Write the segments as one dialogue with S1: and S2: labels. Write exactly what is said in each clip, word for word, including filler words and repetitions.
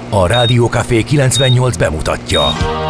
S1: A Rádió Café kilencvennyolc bemutatja.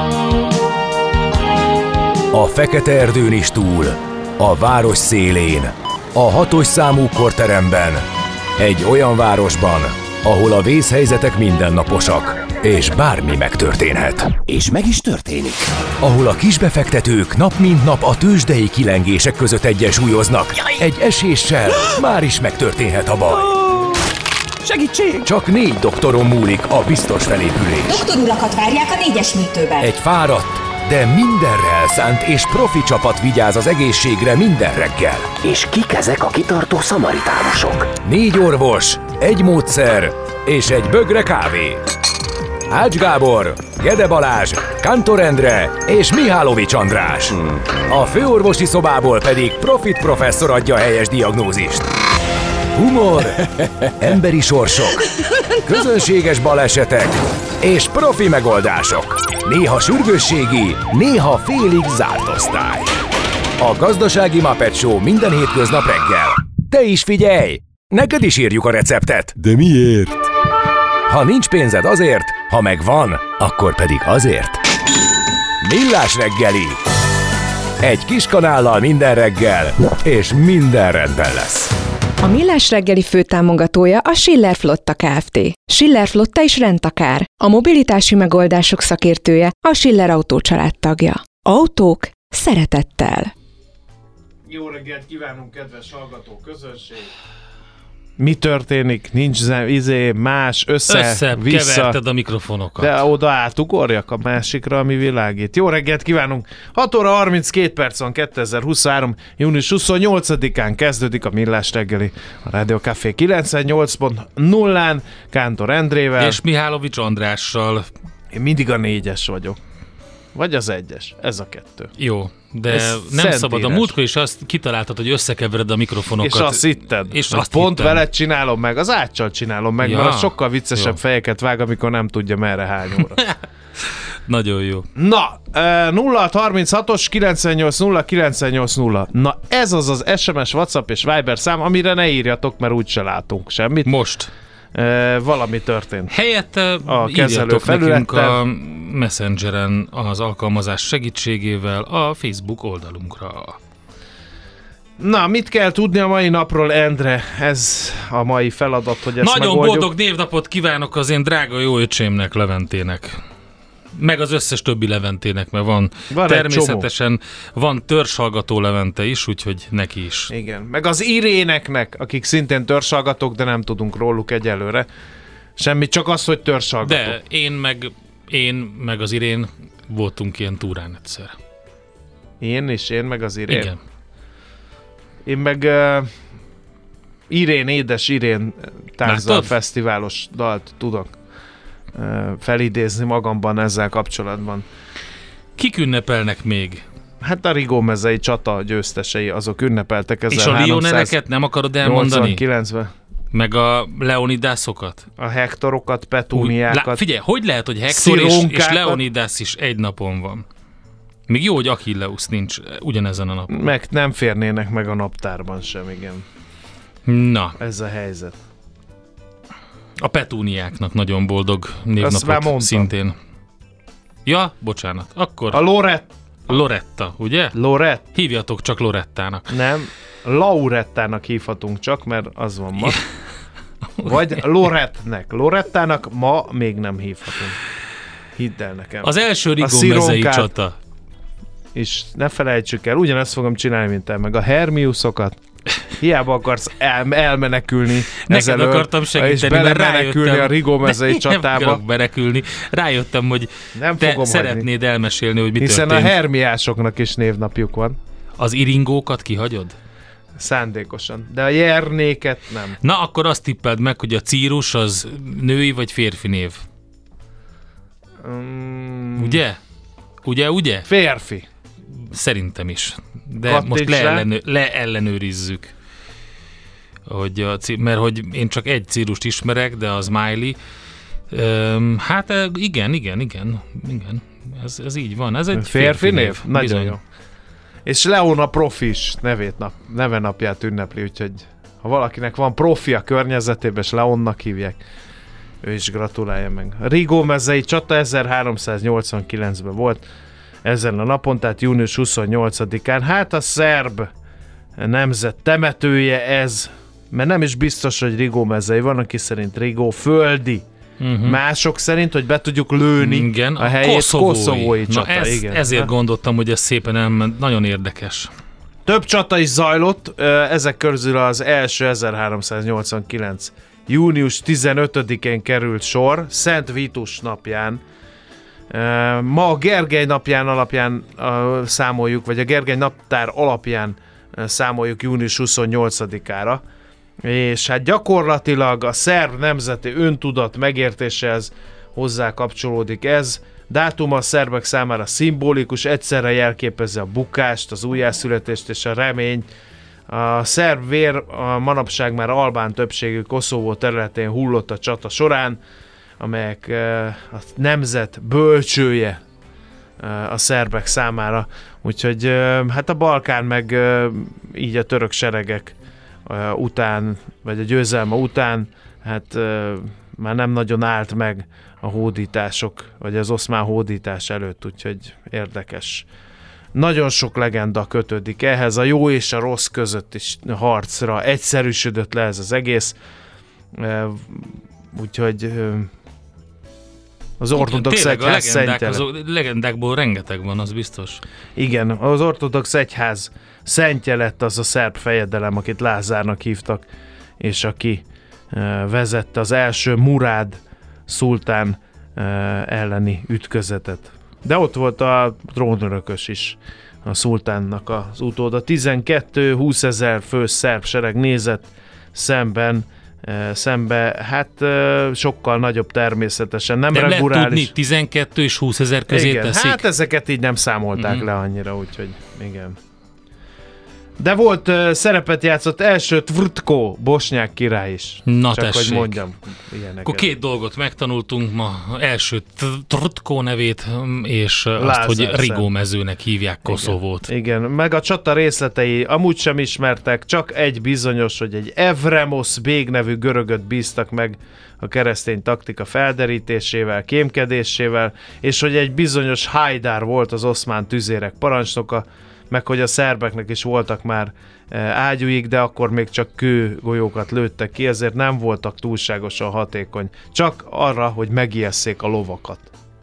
S1: A fekete erdőn is túl, a város szélén, a hatos számú korteremben, egy olyan városban, ahol a vészhelyzetek mindennaposak, és bármi megtörténhet.
S2: És meg is történik.
S1: Ahol a kisbefektetők nap mint nap a tőzsdei kilengések között egyensúlyoznak. Egy eséssel már is megtörténhet a baj.
S2: Segítség!
S1: Csak négy doktoron múlik a biztos felépülés.
S3: Doktor urakat várják a négyes műtőben.
S1: Egy fáradt, de mindenre elszánt és profi csapat vigyáz az egészségre minden reggel.
S2: És kik ezek a kitartó szamaritánusok?
S1: Négy orvos, egy módszer és egy bögre kávé. Ács Gábor, Gede Balázs, Kántor Endre és Mihálovics András. Hmm. A főorvosi szobából pedig Profit professzor adja a helyes diagnózist. Humor, emberi sorsok, közönséges balesetek és profi megoldások. Néha sürgősségi, néha félig zárt osztály. A Gazdasági Muppet Show minden hétköznap reggel. Te is figyelj! Neked is írjuk a receptet.
S4: De miért?
S1: Ha nincs pénzed azért, ha megvan, akkor pedig azért. Millás reggeli. Egy kis kanállal minden reggel, és minden rendben lesz.
S5: A Millás reggeli főtámogatója a Schiller Flotta Kft. Schiller Flotta is rendtakár. A mobilitási megoldások szakértője, a Schiller Autó család tagja. Autók szeretettel.
S6: Jó reggelt kívánunk, kedves hallgató közönség! Mi történik? Nincs zem, izé, más, össze,
S7: össze
S6: vissza.
S7: keverted a mikrofonokat.
S6: De oda átugorjak a másikra, ami világít. Jó reggelt kívánunk! hat óra harminckét perc van, kétezer-huszonhárom. június huszonnyolcadikán kezdődik a Millás reggeli. A Rádió Café kilencvennyolc pont nullán Kántor Endrével.
S7: És Mihálovics Andrással.
S6: Én mindig a négyes vagyok. Vagy az egyes. Ez a kettő.
S7: Jó, de
S6: Ez
S7: nem szabad. A
S6: szentírás.
S7: múltkor is azt kitaláltad, hogy összekevered a mikrofonokat.
S6: És azt hitted,
S7: és
S6: hogy
S7: azt
S6: pont
S7: hittem.
S6: veled csinálom meg, az Áccsal csinálom meg,
S7: Ja.
S6: mert az sokkal viccesebb
S7: Jó.
S6: fejeket vág, amikor nem tudja merre hány óra.
S7: Nagyon jó.
S6: Na, nulla hat harminchatos kilencvennyolc nulla kilencvennyolc nulla. Na, ez az az es em es, WhatsApp és Viber szám, amire ne írjatok, mert úgyse látunk semmit.
S7: Most.
S6: E, valami történt.
S7: Helyette
S6: A kezelő
S7: írjatok nekünk
S6: felülettel.
S7: a Messengeren az alkalmazás segítségével a Facebook oldalunkra.
S6: Na, mit kell tudni a mai napról, Endre? Ez a mai feladat, hogy ezt
S7: Nagyon
S6: megoldjuk.
S7: boldog névnapot kívánok az én drága jó öcsémnek, Leventének. Meg az összes többi Leventének, mert van,
S6: Van
S7: természetesen van törzshallgató Levente is, úgyhogy neki is.
S6: Igen, meg az Iréneknek, akik szintén törzshallgatók, de nem tudunk róluk egyelőre. Semmi, csak az, hogy törzshallgatók.
S7: De én meg, én meg az Irén voltunk ilyen túrán egyszer.
S6: Én is, én meg az Irén.
S7: Igen.
S6: Én meg uh, Irén, édes Irén tárzdal
S7: Látod?
S6: fesztiválos dalt tudok uh, felidézni magamban ezzel kapcsolatban.
S7: Kik ünnepelnek még?
S6: Hát a Rigómezei csata győztesei, azok ünnepeltek
S7: És a Lioneleket nem akarod elmondani?
S6: ezerháromszáznyolcvankilencben.
S7: Meg a Leonidászokat?
S6: A Hektorokat,
S7: Úgy,
S6: Petúniákat.
S7: lá, figyelj, hogy lehet, hogy Hektor és, és
S6: Szirónkákat.
S7: Leonidas is egy napon van? Még jó, hogy Achilleus nincs ugyanezen a napon.
S6: Meg nem férnének meg a naptárban sem, igen.
S7: Na,
S6: Ez a helyzet.
S7: a Petúniáknak nagyon boldog
S6: Azt már
S7: névnapot
S6: mondtam.
S7: szintén. Ja, bocsánat. Akkor
S6: A Lorett,
S7: Loretta, ugye?
S6: Lorett,
S7: Hívjatok csak Lorettának.
S6: nem, Laurettának hívhatunk csak, mert az van ma. Vagy Lorettnek. Lorettának ma még nem hívhatunk. Hidd el nekem.
S7: Az első
S6: A
S7: Rigómezei
S6: szirónkát-
S7: csata.
S6: És ne felejtsük el, ugyanezt fogom csinálni, mint te, meg a Hermiusokat. Hiába akarsz el, elmenekülni
S7: Neked
S6: ezelől,
S7: akartam
S6: és
S7: segíteni, mert
S6: belemenekülni
S7: rájöttem.
S6: a Rigómezei
S7: Nem
S6: csatába.
S7: akarok menekülni. Rájöttem, hogy
S6: Nem
S7: te
S6: fogom
S7: szeretnéd
S6: hagyni.
S7: elmesélni, hogy mi
S6: Hiszen
S7: történt.
S6: a hermiásoknak is névnapjuk van.
S7: Az iringókat kihagyod?
S6: Szándékosan. De a jernéket nem.
S7: Na, akkor azt tippeld meg, hogy a Círus az női vagy férfi név.
S6: Mm,
S7: Ugye? Ugye, ugye?
S6: Férfi.
S7: Szerintem is. De
S6: Kattints
S7: most
S6: rá.
S7: leellenő, leellenőrizzük. Hogy a, Cí- mert hogy én csak egy Círust ismerek, de az Miley. Öm, hát eh, igen, igen, igen, igen. Ez, ez így van. Ez egy
S6: Férfi név? Nagyon
S7: Bizony.
S6: jó. És Leona profi is nevét nap, neve napját ünnepli, úgyhogy ha valakinek van profi a környezetében, és Leonnak hívják, ő is gratulálja meg. A Rigó-mezei csata ezerháromszáznyolcvankilencben volt ezen a napon, tehát június huszonnyolcadikán. Hát a szerb nemzet temetője ez, mert nem is biztos, hogy Rigó-mezei van, aki szerint Rigó földi. Uh-huh. Mások szerint, hogy be tudjuk lőni
S7: igen,
S6: a helyét,
S7: koszovói,
S6: koszovói csata.
S7: Na ez,
S6: igen.
S7: ezért
S6: ha?
S7: gondoltam, hogy ez szépen elment. Nagyon érdekes.
S6: Több csata is zajlott, ezek közül az első ezerháromszáznyolcvankilenc. június tizenötödikén került sor, Szent Vitus napján. Ma a Gergely napján alapján számoljuk, vagy a Gergely naptár alapján számoljuk június huszonnyolcadikára. És hát gyakorlatilag a szerb nemzeti öntudat megértéséhez hozzá kapcsolódik ez. Dátum a szerbek számára szimbolikus, egyszerre jelképezi a bukást, az újjászületést és a reményt. A szerb vér a manapság már albán többségű Koszovó területén hullott a csata során, amelyek a nemzet bölcsője a szerbek számára. Úgyhogy hát a Balkán meg így a török seregek után, vagy a győzelme után, hát már nem nagyon állt meg a hódítások, vagy az oszmán hódítás előtt, úgyhogy érdekes. Nagyon sok legenda kötődik ehhez, a jó és a rossz között is harcra egyszerűsödött le ez az egész, úgyhogy az ortodox
S7: igen,
S6: egyház
S7: legendák,
S6: szentje
S7: az legendákból rengeteg van, az biztos.
S6: Igen, az ortodox egyház szentje lett az a szerb fejedelem, akit Lázárnak hívtak, és aki vezette az első Murád szultán elleni ütközetet. De ott volt a trónörökös is, a szultánnak az utóda. tizenkettő-húszezer fős szerb sereg nézett szemben, szembe, hát sokkal nagyobb természetesen, nem
S7: de
S6: reguláris.
S7: lehet tudni, tizenkettő és húszezer közé
S6: igen,
S7: teszik?
S6: hát ezeket így nem számolták
S7: mm-hmm.
S6: le annyira, úgyhogy igen. De volt, uh, szerepet játszott első Tvrtko, bosnyák király is.
S7: Na
S6: Csak
S7: tessék.
S6: hogy mondjam ilyeneket.
S7: Akkor két dolgot megtanultunk ma. Első Tvrtko nevét, és
S6: Lázár
S7: azt, hogy
S6: szem.
S7: Rigó-mezőnek hívják Koszovót.
S6: Igen. Igen, meg a csata részletei amúgy sem ismertek, csak egy bizonyos, hogy egy Evremos Bég nevű görögöt bíztak meg a keresztény taktika felderítésével, kémkedésével, és hogy egy bizonyos Hajdár volt az oszmán tüzérek parancsnoka, meg hogy a szerbeknek is voltak már ágyúik, de akkor még csak kőgolyókat lőttek ki, ezért nem voltak túlságosan hatékony. Csak arra, hogy megijesszék a lovakat.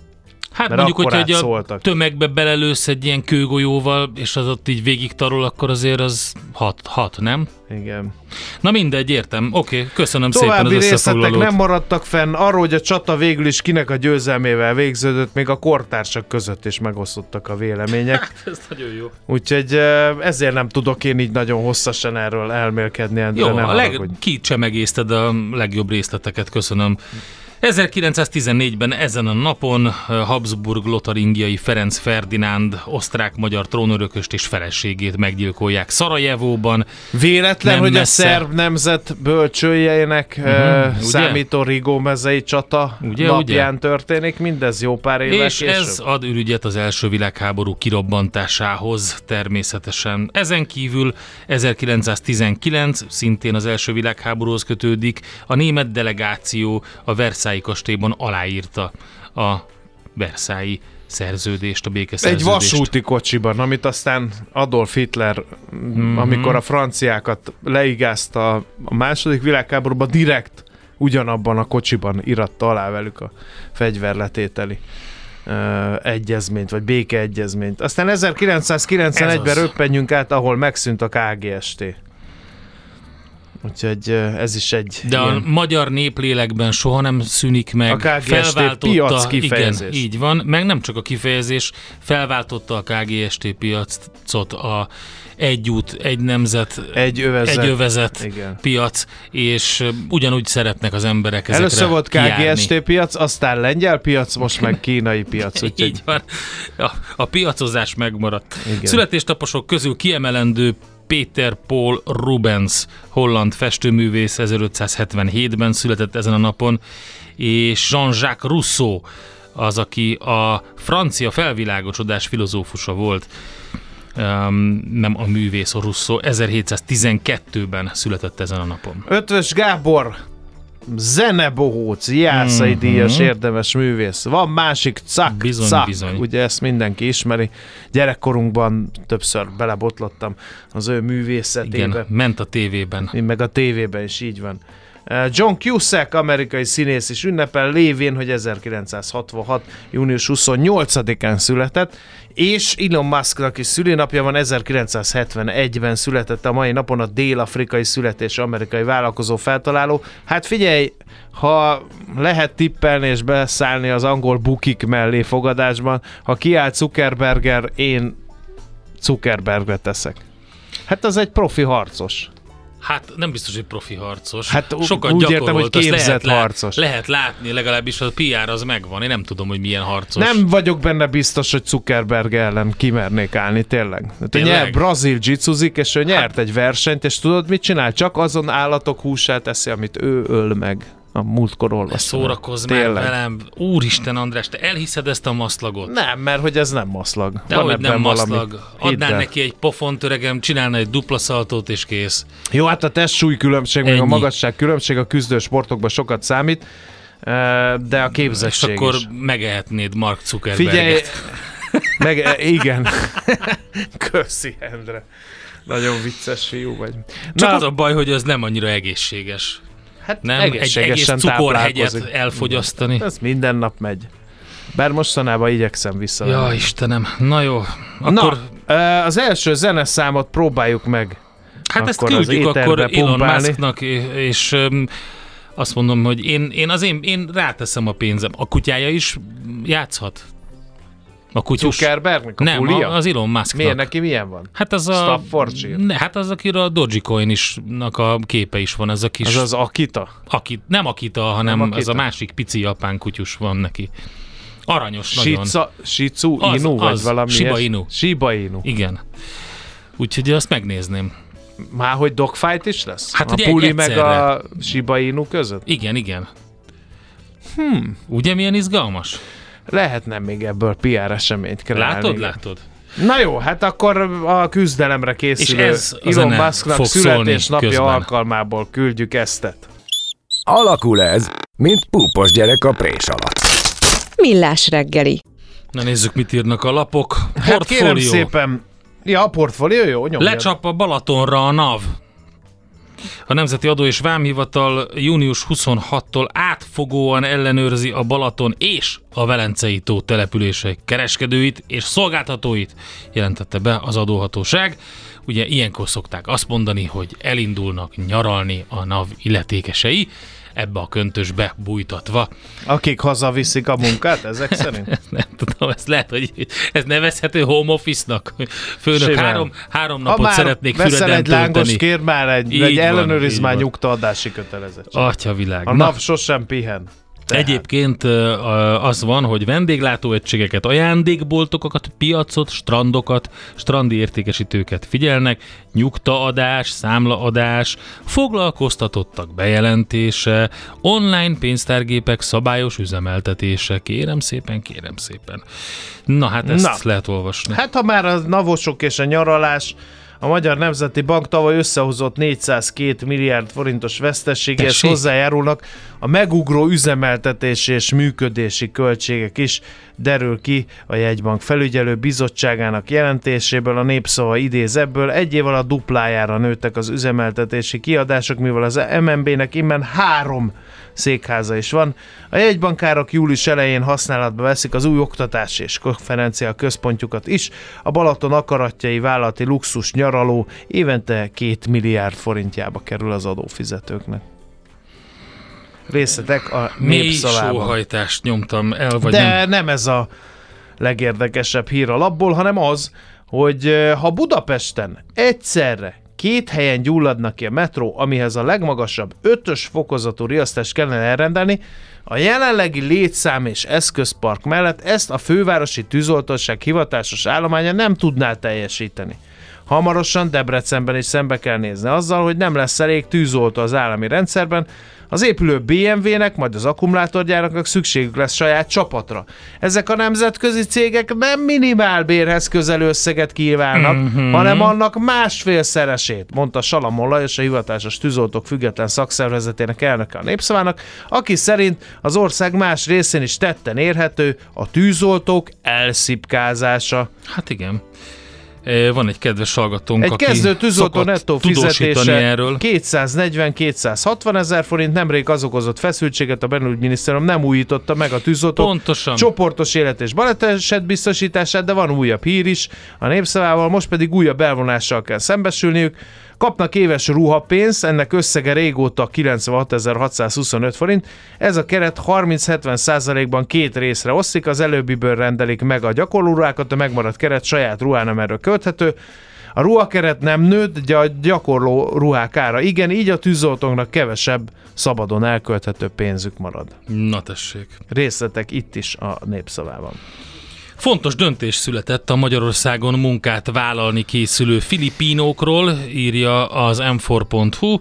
S7: Hát
S6: mert
S7: mondjuk, hogyha egy a
S6: szóltak.
S7: tömegbe belelősz egy ilyen kőgolyóval, és az ott így végig tarol, akkor azért az hat, hat nem?
S6: Igen.
S7: Na mindegy, értem. Oké, okay, köszönöm
S6: További
S7: szépen az
S6: részletek
S7: összefoglalót.
S6: nem maradtak fenn, arról, hogy a csata végül is kinek a győzelmével végződött, még a kortársak között is megosztottak a vélemények.
S7: Hát, ez nagyon jó.
S6: Úgyhogy ezért nem tudok én így nagyon hosszasan erről elmélkedni.
S7: Jó,
S6: nem
S7: a leg...
S6: haragudj.
S7: kicsemegészted a legjobb részleteket, köszönöm. ezerkilencszáztizennégyben ezen a napon Habsburg lotaringiai Ferenc Ferdinánd osztrák-magyar trónörököst és feleségét meggyilkolják Szarajevóban.
S6: Véletlen,
S7: Nem
S6: hogy
S7: messze.
S6: a szerb nemzet bölcsőjeinek uh-huh, számító Rigó-mezei csata
S7: ugye,
S6: napján
S7: ugye?
S6: történik, mindez jó pár évvel
S7: És
S6: később.
S7: ez ad ürügyet az első világháború kirobbantásához természetesen. Ezen kívül ezerkilencszáztizenkilenc, szintén az első világháborúhoz kötődik, a német delegáció a Versailles kastélyban aláírta a Versailles szerződést, a
S6: Egy
S7: békeszerződést.
S6: vasúti kocsiban, amit aztán Adolf Hitler, mm-hmm. amikor a franciákat leigázta a második világháborúban, direkt ugyanabban a kocsiban iratta alá velük a fegyverletételi uh, egyezményt, vagy békeegyezményt. Aztán ezerkilencszázkilencvenegyben röppenjünk át, ahol megszűnt a ká gé es té. Úgyhogy ez is egy...
S7: De
S6: ilyen...
S7: a magyar néplélekben soha nem szűnik meg.
S6: A ká gé es té piac kifejezés.
S7: Igen, így van. Meg nem csak a kifejezés, felváltotta a ká gé es té piacot a egy út, egy nemzet,
S6: egy övezet,
S7: egy övezet
S6: igen.
S7: piac, és ugyanúgy szeretnek az emberek ezekre
S6: Először volt ká gé es té
S7: kijárni.
S6: piac, aztán lengyel piac, most meg kínai piac. Úgyhogy...
S7: Így van. A, a piacozás megmaradt.
S6: Igen.
S7: Születésnaposok közül kiemelendő Peter Paul Rubens, holland festőművész, ezerötszázhetvenhétben született ezen a napon, és Jean-Jacques Rousseau az, aki a francia felvilágosodás filozófusa volt, um, nem a művész, a Rousseau, ezerhétszáztizenkettőben született ezen a napon.
S6: Ötvös Gábor zenebohóc, Jászai
S7: Mhm.
S6: díjas érdemes művész. Van másik, Cak,
S7: Bizony,
S6: Cak,
S7: bizony.
S6: ugye ezt mindenki ismeri. Gyerekkorunkban többször belebotlottam az ő művészetébe.
S7: Igen, ment a tévében.
S6: Én meg a tévében is így van. John Cusack, amerikai színész is ünnepel, lévén, hogy ezerkilencszázhatvanhat. június huszonnyolcadikán született, és Elon Musknak is szülinapja van, ezerkilencszázhetvenegyben született a mai napon a dél-afrikai születésű amerikai vállalkozó feltaláló. Hát figyelj, ha lehet tippelni és beszállni az angol bukik mellé fogadásban, ha kiáll Zuckerberger, én Zuckerbergre teszek. Hát az egy profi harcos.
S7: Hát nem biztos, hogy profi harcos.
S6: Hát
S7: sokat
S6: úgy értem,
S7: gyakorolt,
S6: hogy
S7: azt
S6: képzett
S7: lehet,
S6: harcos.
S7: Lát, lehet látni, legalábbis a pé er az megvan. Én nem tudom, hogy milyen harcos.
S6: Nem vagyok benne biztos, hogy Zuckerberg ellen kimernék állni, tényleg. Hát
S7: Tényleg?
S6: Nyer, brazil jitsuzik, és ő nyert egy versenyt, és tudod, mit csinál? Csak azon állatok húsát eszi, amit ő öl meg. A múltkor olvastam.
S7: Szórakozz már
S6: Tényleg.
S7: velem. Úristen, András, te elhiszed ezt a maszlagot?
S6: Nem, mert hogy ez nem maszlag.
S7: De
S6: Van
S7: hogy
S6: ebben
S7: nem
S6: valami.
S7: maszlag.
S6: Hidd
S7: Adnál
S6: el.
S7: neki egy pofont, öregem, csinálna egy dupla szaltót és kész.
S6: Jó, hát a testsúly különbség, meg a
S7: Ennyi.
S6: magasság különbség a küzdő sportokban sokat számít, eh, de a
S7: És
S6: képzettség
S7: akkor
S6: is.
S7: megehetnéd Mark Zuckerberget.
S6: Figyelj, meg, eh, igen. Köszi, Endre. Nagyon vicces fiú vagy.
S7: Csak
S6: Na,
S7: az a baj, hogy az nem annyira egészséges.
S6: hát
S7: Nem? Egy egész
S6: egészségesen
S7: cukorhegyet
S6: táplálkozik.
S7: elfogyasztani.
S6: Ez minden nap megy. Bár mostanában igyekszem vissza.
S7: Ja, Istenem. Na jó. Akkor,
S6: Na, eh, az első zeneszámot próbáljuk meg.
S7: hát ezt
S6: akkor az
S7: küldjük
S6: éterbe
S7: akkor Elon
S6: pumpálni.
S7: Musknak, és öm, azt mondom, hogy én, én az én, én ráteszem a pénzem. A kutyája is játszhat? A kutyus?
S6: Zuckerbergnek a
S7: Nem,
S6: pulia?
S7: a- az Elon Musknak.
S6: Miért neki milyen van?
S7: Hát az a...
S6: Staffordshire?
S7: Ne, hát az, akiről a Dogecoin isnak a képe is van, ez a kis...
S6: Az az Akita?
S7: Aki, nem Akita, hanem
S6: Nem
S7: ez
S6: Akita.
S7: a másik pici japán kutyus van neki. Aranyos nagyon.
S6: Shiza, Shizu
S7: Az-
S6: Inu, vagy
S7: az.
S6: valami
S7: Shiba
S6: ilyes-
S7: Inu.
S6: Shiba Inu.
S7: Igen. Úgyhogy azt megnézném.
S6: Már hogy dogfight is lesz?
S7: Hát
S6: a
S7: ugye
S6: puli
S7: egy-
S6: meg
S7: egyszerre.
S6: a Shiba Inu között?
S7: Igen, igen. Hmm. Ugye milyen izgalmas?
S6: Lehetne még ebből pé er eseményt kreálni.
S7: Látod,
S6: igen.
S7: látod?
S6: Na jó, hát akkor a küzdelemre készülő
S7: És ez a
S6: Elon
S7: zene
S6: Musknak
S7: fog
S6: születésnapja
S7: szólni közben.
S6: alkalmából küldjük eztet.
S1: Alakul ez, mint púpos gyerek a prés alatt.
S5: Millás reggeli.
S7: Na nézzük, mit írnak a lapok.
S6: Hát kérem
S7: Portfólió.
S6: szépen. Ja, a portfólió, jó, nyomjad.
S7: Lecsap a Balatonra a NAV. A Nemzeti Adó és Vámhivatal június huszonhatodikától átfogóan ellenőrzi a Balaton és a Velencei tó települések kereskedőit és szolgáltatóit, jelentette be az adóhatóság. Ugye ilyenkor szokták azt mondani, hogy elindulnak nyaralni a NAV illetékesei, ebbe a köntösbe bújtatva.
S6: Akik hazaviszik a munkát, ezek szerint?
S7: Nem tudom, ez lehet, hogy ez nevezhető home office-nak. Főnök,
S6: Simán.
S7: három, három
S6: Ha
S7: napot
S6: már
S7: szeretnék
S6: veszel
S7: füreden
S6: egy lángos,
S7: tölteni.
S6: kér már egy,
S7: Így
S6: egy
S7: van,
S6: ellenőriz
S7: így
S6: már
S7: van.
S6: nyugtaadási kötelezettség.
S7: Atya világ.
S6: A
S7: Na,
S6: NAV sosem pihen. Tehát.
S7: egyébként ö, az van, hogy vendéglátóegységeket, ajándékboltokat, piacot, strandokat, strandi értékesítőket figyelnek, nyugtaadás, számlaadás, foglalkoztatottak bejelentése, online pénztárgépek szabályos üzemeltetése. Kérem szépen, kérem szépen. Na hát ezt
S6: Na.
S7: lehet olvasni.
S6: Hát ha már a navosok és a nyaralás, a Magyar Nemzeti Bank tavaly összehozott négyszázkettő milliárd forintos veszteségéhez
S7: Tessék?
S6: hozzájárulnak a megugró üzemeltetési és működési költségek is, derül ki a Jegybank felügyelő bizottságának jelentéséből, a Népszava idéz ebből. Egy év alatt duplájára nőttek az üzemeltetési kiadások, mivel az em en bé-nek innen három székháza is van. A jegybankárok július elején használatba veszik az új oktatási és konferencia központjukat is. A Balaton akaratjai vállalati luxus nyaraló évente két milliárd forintjába kerül az adófizetőknek. Részletek a
S7: Mély
S6: Népszavában.
S7: sóhajtást nyomtam el, vagy
S6: De
S7: nem?
S6: nem. nem ez a legérdekesebb hír a lapból, hanem az, hogy eh, ha Budapesten egyszerre két helyen gyulladnak ki a metró, amihez a legmagasabb ötös fokozatú riasztást kellene elrendelni, a jelenlegi létszám és eszközpark mellett ezt a fővárosi tűzoltóság hivatásos állománya nem tudná teljesíteni. Hamarosan Debrecenben is szembe kell nézni azzal, hogy nem lesz elég tűzoltó az állami rendszerben. Az épülő bé em vé-nek, majd az akkumulátorgyáraknak szükségük lesz saját csapatra. Ezek a nemzetközi cégek nem minimálbérhez közelő összeget kívánnak, mm-hmm. hanem annak másfélszeresét, mondta Salamon Lajos, a hivatásos tűzoltók független szakszervezetének elnöke a Népszavának, aki szerint az ország más részén is tetten érhető a tűzoltók elszipkázása.
S7: Hát igen. Van egy kedves hallgatónk,
S6: egy
S7: aki
S6: kezdő tűzoltó nettó fizetése kétszáznegyven-kétszázhatvan ezer forint, nemrég az okozott feszültséget, a belügyminisztérium nem újította meg a tűzoltók
S7: Pontosan.
S6: csoportos élet és baleset biztosítását, de van újabb hír is a Népszavával, most pedig újabb elvonással kell szembesülniük. Kapnak éves ruhapénzt, ennek összege régóta kilencvenhatezer-hatszázhuszonöt forint. Ez a keret harminc-hetven százalékban két részre oszlik, az előbbiből rendelik meg a gyakorlóruhákat, a megmaradt keret saját ruhánemerről költhető. A ruhakeret nem nőtt, de a gyakorló ruhák ára igen, így a tűzoltóknak kevesebb szabadon elkölthető pénzük marad.
S7: Na tessék.
S6: Részletek itt is a Népszavában.
S7: Fontos döntés született a Magyarországon munkát vállalni készülő filipínókról, írja az em négy pont hú.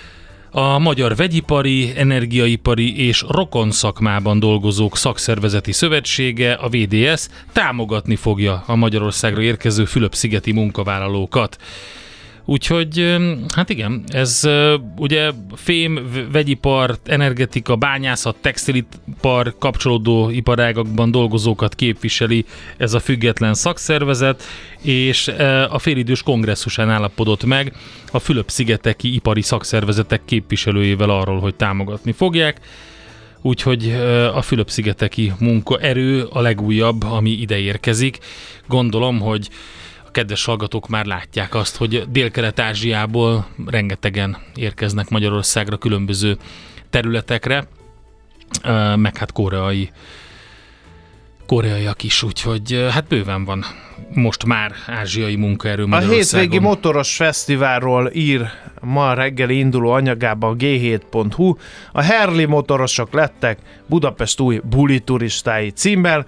S7: A Magyar Vegyipari, Energiaipari és Rokon szakmában dolgozók szakszervezeti szövetsége, a vé dé es támogatni fogja a Magyarországra érkező Fülöp-szigeti munkavállalókat. Úgyhogy, hát igen, ez ugye fém, vegyipar, energetika, bányászat, textilipar kapcsolódó iparágakban dolgozókat képviseli ez a független szakszervezet, és a félidős kongresszusán állapodott meg a Fülöp-szigeteki ipari szakszervezetek képviselőjével arról, hogy támogatni fogják. Úgyhogy a Fülöp-szigeteki munkaerő a legújabb, ami ide érkezik. Gondolom, hogy kedves hallgatók már látják azt, hogy Dél-Kelet-Ázsiából rengetegen érkeznek Magyarországra különböző területekre, meg hát koreai, koreaiak is, úgyhogy hát bőven van most már ázsiai munkaerő Magyarországon.
S6: A hétvégi motoros fesztiválról ír ma reggeli induló anyagában a gé hét pont hú. A Harley motorosok lettek Budapest új buli turistái címmel.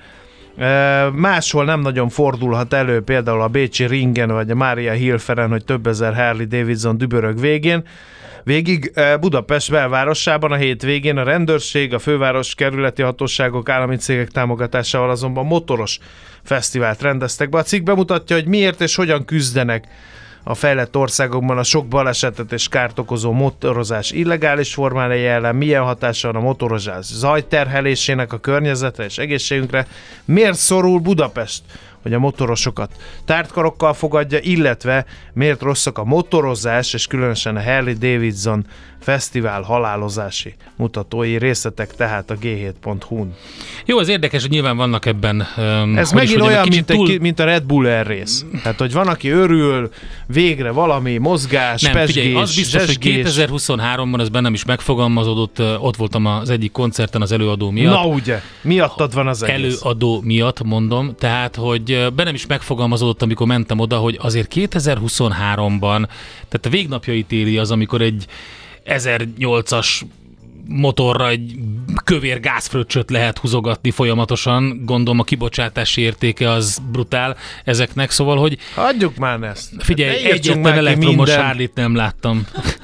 S6: Máshol nem nagyon fordulhat elő, például a bécsi Ringen vagy a Mária Hilferen, hogy több ezer Harley Davidson dübörög végén. Végig Budapest belvárosában a hétvégén a rendőrség, a főváros kerületi hatóságok, állami cégek támogatásával azonban motoros fesztivált rendeztek be. A cikk bemutatja, hogy miért és hogyan küzdenek a fejlett országokban a sok balesetet és kárt okozó motorozás illegális formája ellen, milyen hatása van a motorozás zajterhelésének a környezetre és egészségünkre, miért szorul Budapest, hogy a motorosokat tártkarokkal fogadja, illetve miért rosszak a motorozás és különösen a Harley Davidson fesztivál halálozási mutatói. Részletek tehát a gé hét pont hú-n.
S7: Jó, az érdekes, hogy nyilván vannak ebben... Um,
S6: Ez megint mondjam, olyan, mint, túl... egy, mint a Red Bull Air rész. Tehát, hogy van, aki örül, végre valami mozgás,
S7: nem,
S6: pesgés,
S7: figyelj, az biztos,
S6: zsesgés.
S7: hogy kétezer-huszonháromban ez bennem is megfogalmazódott, ott voltam az egyik koncerten az előadó miatt.
S6: Na ugye, miattad van az egész.
S7: Előadó miatt mondom, tehát, hogy bennem is megfogalmazódott, amikor mentem oda, hogy azért kétezer-huszonháromban, tehát a végnapjait éli az, amikor egy ezernyolcas motorra egy kövér gázfröccsöt lehet húzogatni folyamatosan, gondolom a kibocsátási értéke az brutál ezeknek, szóval, hogy...
S6: Hagyjuk már ezt.
S7: Figyelj, egyetlen elektromos Harley-t nem láttam.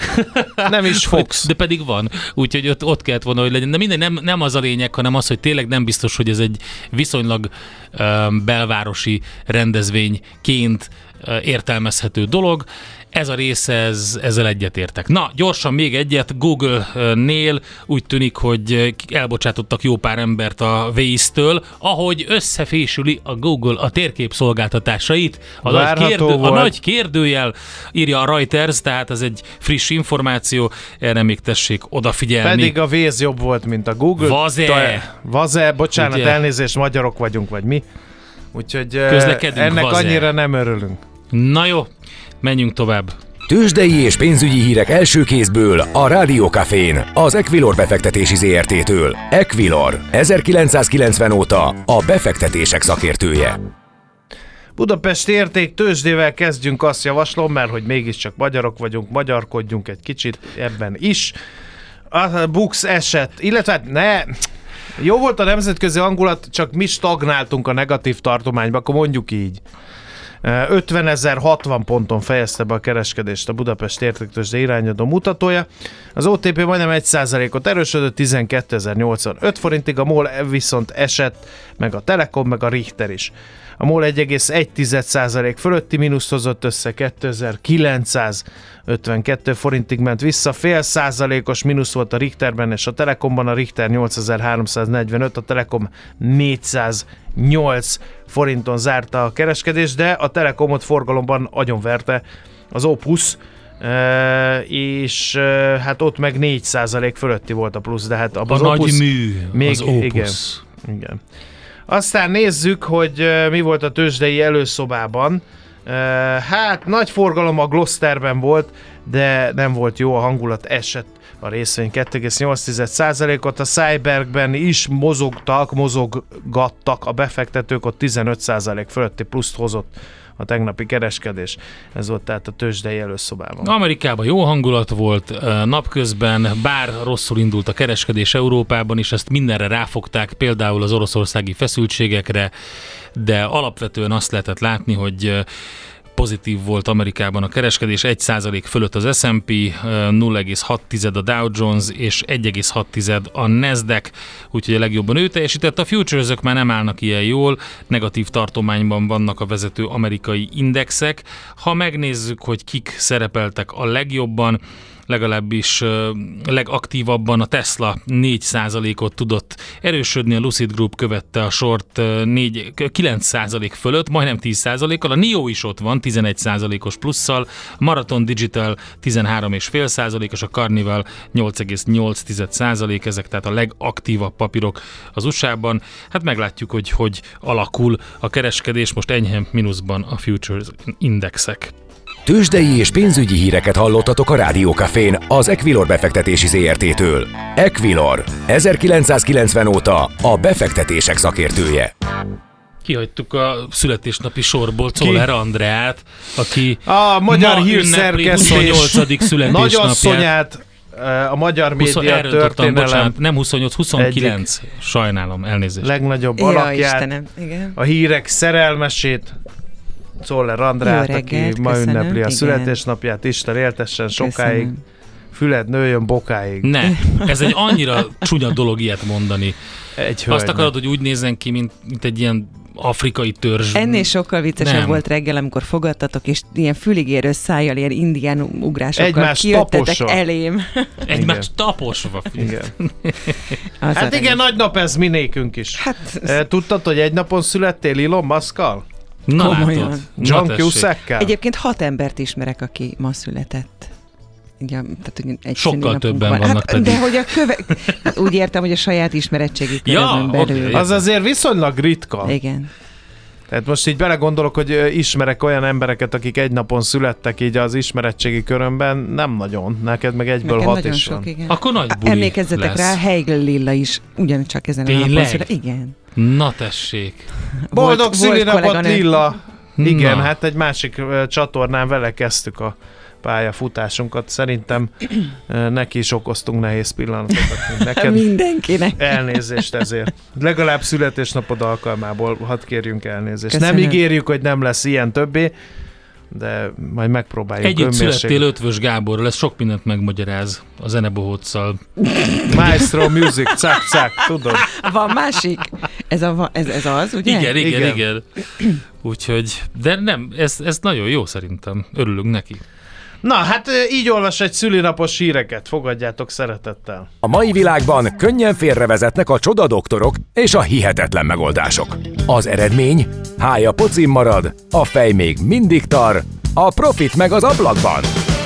S6: Nem is fogsz.
S7: De pedig van, úgyhogy ott, ott kellett volna, hogy legyen. De mindegy, nem, nem az a lényeg, hanem az, hogy tényleg nem biztos, hogy ez egy viszonylag um, belvárosi rendezvényként uh, értelmezhető dolog. Ez a része, ez, ezzel egyetértek. Na, gyorsan még egyet, Google-nél úgy tűnik, hogy elbocsátottak jó pár embert a Waze-től, ahogy összefésüli a Google a térképszolgáltatásait. A nagy, kérdő, a nagy kérdőjel, írja a Reuters, tehát ez egy friss információ, erre még tessék odafigyelni.
S6: Pedig a Waze jobb volt, mint a Google.
S7: Vaze!
S6: Vaze, bocsánat, ugye? Elnézést, magyarok vagyunk, vagy mi. Úgyhogy ennek vaze. Annyira nem örülünk.
S7: Na jó, menjünk tovább.
S1: Tőzsdei és pénzügyi hírek első kézből a Rádió Cafén, az Equilor befektetési zé er té-től. Equilor, ezerkilencszázkilencven óta a befektetések szakértője.
S6: Budapesti érték tőzsdével kezdjünk, azt javaslom, mert hogy mégiscsak magyarok vagyunk, magyarkodjunk egy kicsit ebben is. A Bux esett, illetve ne... Jó volt a nemzetközi hangulat, csak mi stagnáltunk a negatív tartományba, akkor mondjuk így. ötvenezer hatvan ponton fejezte be a kereskedést a Budapest értéktőzsde irányadó mutatója. Az o té pé majdnem egy százalékot erősödött, tizenkétezer-nyolcvanöt forintig, a MOL viszont esett, meg a Telekom, meg a Richter is. A MOL egy egész egy százalék fölötti mínuszt hozott össze, kétezer-kilencszázötvenkettő forintig ment vissza, fél százalékos mínusz volt a Richterben és a Telekomban, a Richter nyolcezer-háromszáznegyvenöt, a Telekom négyszáznyolc forinton zárta a kereskedést, de a Telekomot forgalomban agyonverte az Opus, és hát ott meg négy százalék fölötti volt a plusz, de hát
S7: a
S6: az
S7: nagy
S6: Opus
S7: mű,
S6: még,
S7: az Opus.
S6: Igen, igen. Aztán nézzük, hogy mi volt a tőzsdei előszobában. Hát nagy forgalom a Glosterben volt, de nem volt jó a hangulat, esett a részvény kettő egész nyolc százalékot. A Cybergben is mozogtak, mozoggattak a befektetők, ott tizenöt százalék fölötti pluszt hozott a tegnapi kereskedés. Ez volt tehát a tőzsdei előszobában.
S7: Amerikában jó hangulat volt napközben, bár rosszul indult a kereskedés Európában is, ezt mindenre ráfogták, például az oroszországi feszültségekre, de alapvetően azt lehetett látni, hogy pozitív volt Amerikában a kereskedés, egy százalék fölött az es and pé, nulla egész hat a Dow Jones és egy egész hat a Nasdaq, úgyhogy a legjobban ő teljesített. A futuresök már nem állnak ilyen jól, negatív tartományban vannak a vezető amerikai indexek. Ha megnézzük, hogy kik szerepeltek a legjobban, legalábbis uh, legaktívabban a Tesla négy százalékot tudott erősödni, a Lucid Group követte a sort uh, négy, kilenc százalék fölött, majdnem tíz százalékkal, a NIO is ott van tizenegy százalékos plusszal, Marathon Digital tizenhárom egész öt százalékos, a Carnival nyolc egész nyolc százalék, ezek tehát a legaktívabb papírok az u es á-ban. Hát meglátjuk, hogy hogy alakul a kereskedés, most enyhe mínuszban a futures indexek.
S1: Tőzsdei és pénzügyi híreket hallottatok a Rádió Cafén az Equilor befektetési zé er té-től. Equilor, ezerkilencszázkilencven óta a befektetések szakértője.
S7: Kihagytuk a születésnapi sorból Czoller Andreát, aki
S6: a magyar hírszerkesztés
S7: huszonnyolcadik születésnapját.
S6: Nagyasszonyát, a magyar média történelem.
S7: Bocsánat, nem huszonnyolc, huszonkilenc. Sajnálom, elnézést.
S6: Legnagyobb
S4: ja,
S6: alakját,
S4: Istenem, igen.
S6: a hírek szerelmesét, Czoller Andrát,
S4: reggelt,
S6: aki ma
S4: köszönöm,
S6: ünnepli a
S4: igen.
S6: születésnapját, Isten éltessen sokáig,
S4: Köszönöm.
S6: füled nőjön bokáig.
S7: Ne, ez egy annyira csúnya dolog ilyet mondani.
S6: Egy
S7: Azt akarod, hogy úgy nézzen ki, mint, mint egy ilyen afrikai törzs.
S4: Ennél sokkal viccesebb
S7: Nem.
S4: volt reggel, amikor fogadtatok, és ilyen füligérő szájjal, ilyen indián ugrásokkal
S6: Egymást
S4: kijöttetek
S6: taposva.
S4: elém.
S7: Egymást taposva.
S6: Igen.
S4: Az
S6: Hát
S4: a
S6: igen, nagy nap ez mi nékünk is.
S4: Hát,
S6: E, Tudtad, hogy egy napon születtél Elon Musk-kal?
S7: Na
S4: Komolyan.
S7: látod.
S6: John
S7: Na tessék.
S6: Cusack-kel?
S4: Egyébként hat embert ismerek, aki ma született. Ja, tehát, hogy egy
S7: Sokkal
S4: szülinapunk
S7: többen
S4: van.
S7: vannak
S4: hát,
S7: pedig.
S4: De hogy a köve... hát úgy értem, hogy a saját ismeretségi körömön
S7: Ja,
S4: belül.
S7: oké.
S6: Az azért viszonylag ritka.
S4: Igen.
S6: Tehát most így belegondolok, hogy ö, ismerek olyan embereket, akik egy napon születtek így az ismeretségi körömben, nem nagyon. Neked meg egyből
S4: Nekem
S6: hat
S4: nagyon
S6: is
S4: sok,
S6: van.
S4: igen.
S7: Akkor nagy buli
S4: Emlékezzetek
S7: lesz.
S4: rá, Heigl Lilla is ugyancsak ezen a
S7: Tényleg?
S4: napon született. Igen.
S7: Na tessék.
S6: Boldog
S4: Volt-
S6: szülinapot,
S4: volt kolléganő.
S6: Lilla! Igen,
S7: Na.
S6: hát egy másik ö, csatornán vele kezdtük a pályafutásunkat. Szerintem ö, neki is okoztunk nehéz pillanatokat. Neked
S4: Mindenkinek.
S6: elnézést ezért. Legalább születésnapod alkalmából hadd kérjünk elnézést.
S4: Köszönöm.
S6: Nem ígérjük, hogy nem lesz ilyen többé, de majd megpróbáljuk
S7: Együtt
S6: önmérséklet.
S7: születtél Ötvös Gáborral, ez sok mindent megmagyaráz a zenebohóccal.
S6: Maestro Music, cák, cák, tudod?
S4: Van másik? Ez, a, ez, ez az, ugye?
S7: Igen, igen,
S6: Igen.
S7: igen. Úgyhogy, de nem, ez, ez nagyon jó szerintem. Örülünk neki.
S6: Na, hát ö, így olvas egy szülinapos híreket, fogadjátok szeretettel.
S1: A mai világban könnyen félrevezetnek a csodadoktorok és a hihetetlen megoldások. Az eredmény? Hája pocim marad, a fej még mindig tar, a profit meg az ablakban.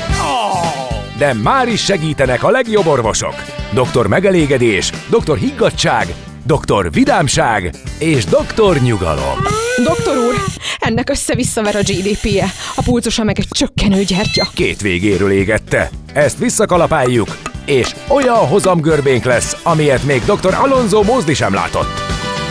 S1: De már is segítenek a legjobb orvosok. doktor Megelégedés, doktor Higgadtság, doktor Vidámság és doktor Nyugalom.
S5: Doktor úr, ennek össze-visszaver a gé dé pé-je, a pulzusa meg egy csökkenő gyertya.
S1: Két végéről égette. Ezt visszakalapáljuk, és olyan hozamgörbénk lesz, amilyet még doktor Alonso Mózdi sem látott.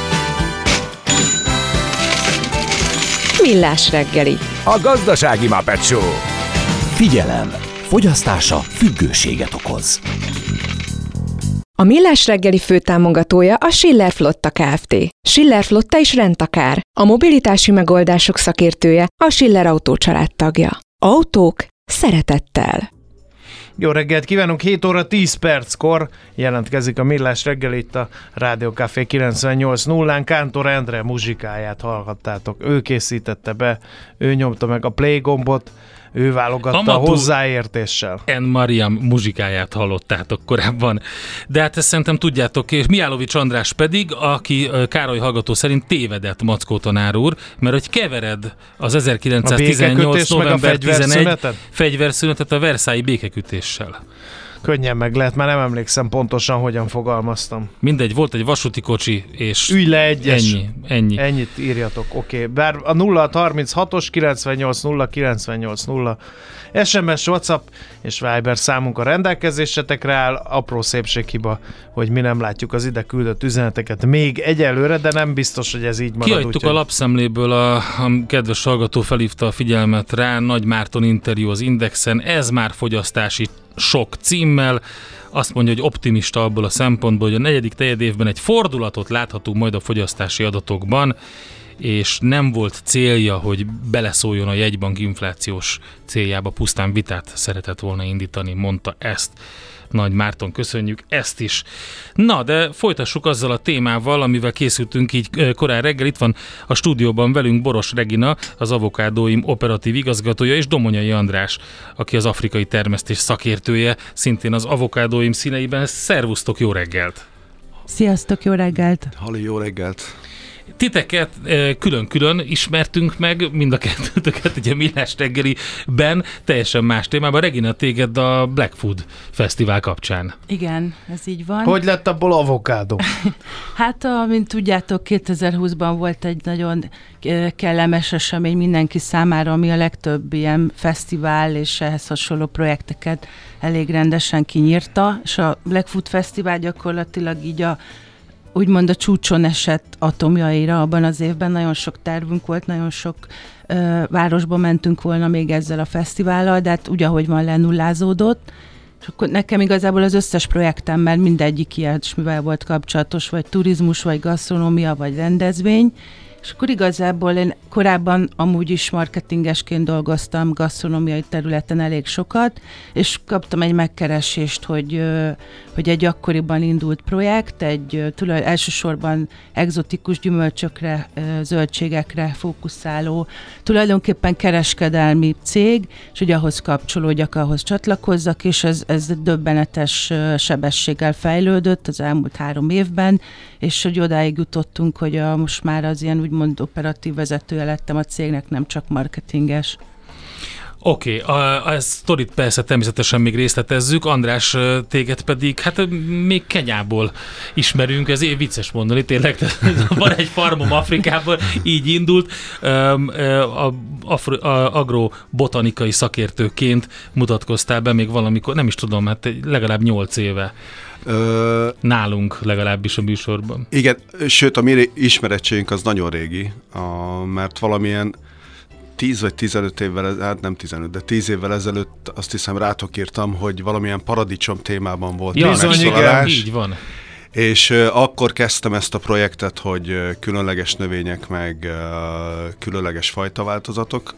S5: Millás reggeli.
S1: A gazdasági Muppet Show.
S2: Figyelem! Fogyasztása függőséget okoz.
S5: A Millás reggeli főtámogatója a Schiller Flotta Kft. Schiller Flotta és rendtakár. A mobilitási megoldások szakértője, a Schiller Autó család tagja. Autók szeretettel.
S6: Jó reggelt kívánunk, hét óra tíz perckor jelentkezik a Millás reggel itt a Rádió Café kilencvennyolc nullán. Kántor Endre muzsikáját hallhattátok. Ő készítette be, ő nyomta meg a play gombot, ő válogatta
S7: Amatú
S6: hozzáértéssel.
S7: En Mariam muzsikáját hallottátok korábban. De hát ezt szerintem tudjátok, és Mihálovics András pedig, aki Károly hallgató szerint tévedett, Mackó tanár úr, mert hogy kevered az ezerkilencszáztizennyolc november tizenegy fegyverszünetet a Versailles békekötéssel.
S6: Könnyen meg lehet, már nem emlékszem pontosan, hogyan fogalmaztam.
S7: Mindegy, volt egy vasúti kocsi, és
S6: Ülj le egyes.
S7: ennyi, ennyi.
S6: Ennyit írjatok, oké. Okay. Bár a nulla harminchatos kilencvennyolc nulla kilencvennyolc nulla es em es, WhatsApp és Viber számunk a rendelkezésetekre áll. Apró szépséghiba, hogy mi nem látjuk az ide küldött üzeneteket még egyelőre, de nem biztos, hogy ez így marad.
S7: Kihagytuk
S6: úgy,
S7: a lapszemléből, a, a kedves hallgató felhívta a figyelmet rá, Nagy Márton interjú az Indexen, ez már fogyasztási sok címmel. Azt mondja, hogy optimista abból a szempontból, hogy a negyedik negyedévben egy fordulatot láthatunk majd a fogyasztási adatokban, és nem volt célja, hogy beleszóljon a jegybank inflációs céljába, pusztán vitát szeretett volna indítani, mondta ezt. Nagy Márton, köszönjük ezt is. Na, de folytassuk azzal a témával, amivel készültünk így korán reggel. Itt van a stúdióban velünk Boros Regina, az Avokádóim operatív igazgatója, és Domonyai András, aki az afrikai termesztés szakértője, szintén az Avokádóim színeiben. Szervusztok, jó reggelt!
S8: Sziasztok, jó reggelt!
S9: Halli, jó reggelt!
S7: Titeket külön-külön ismertünk meg, mind a kettőtöket ugye Millás reggeliben, teljesen más témában. Regina, téged a Black Food Fesztivál kapcsán.
S8: Igen, ez így van.
S6: Hogy lett abból avokádó?
S8: Hát, mint tudjátok, kétezer-húszban volt egy nagyon kellemes esemény mindenki számára, ami a legtöbb ilyen fesztivál és ehhez hasonló projekteket elég rendesen kinyírta, és a Black Food Fesztivál gyakorlatilag így a úgymond a csúcson esett atomjaira abban az évben. Nagyon sok tervünk volt, nagyon sok ö, városba mentünk volna még ezzel a fesztivállal, de hát úgy, ahogy van, lenullázódott. És akkor nekem igazából az összes projektemmel mindegyik ilyesmivel volt kapcsolatos, vagy turizmus, vagy gasztronómia, vagy rendezvény. És akkor igazából én korábban amúgy is marketingesként dolgoztam gasztronómiai területen elég sokat, és kaptam egy megkeresést, hogy, hogy egy akkoriban indult projekt, egy tulaj, elsősorban egzotikus gyümölcsökre, zöldségekre fókuszáló, tulajdonképpen kereskedelmi cég, és hogy ahhoz kapcsolódjak, ahhoz csatlakozzak, és ez, ez döbbenetes sebességgel fejlődött az elmúlt három évben, és hogy odáig jutottunk, hogy a, most már az ilyen úgymond operatív vezetője lettem a cégnek, nem csak marketinges.
S7: Oké, okay, a, a sztorit persze természetesen még részletezzük, András, téged pedig, hát még Kenyából ismerünk, ez vicces mondani, tényleg, van egy farmom Afrikában, így indult, a, a, a agrobotanikai szakértőként mutatkoztál be még valamikor, nem is tudom, hát legalább nyolc éve. Ö... Nálunk legalábbis a műsorban.
S9: Igen, sőt a mi ismerettségünk az nagyon régi, a, mert valamilyen tíz vagy tizenöt évvel, hát nem tizenöt, de tíz évvel ezelőtt azt hiszem rátok írtam, hogy valamilyen paradicsom témában volt.
S7: Ja, bizony, igen, így van.
S9: És uh, akkor kezdtem ezt a projektet, hogy uh, különleges növények, meg uh, különleges fajtaváltozatok.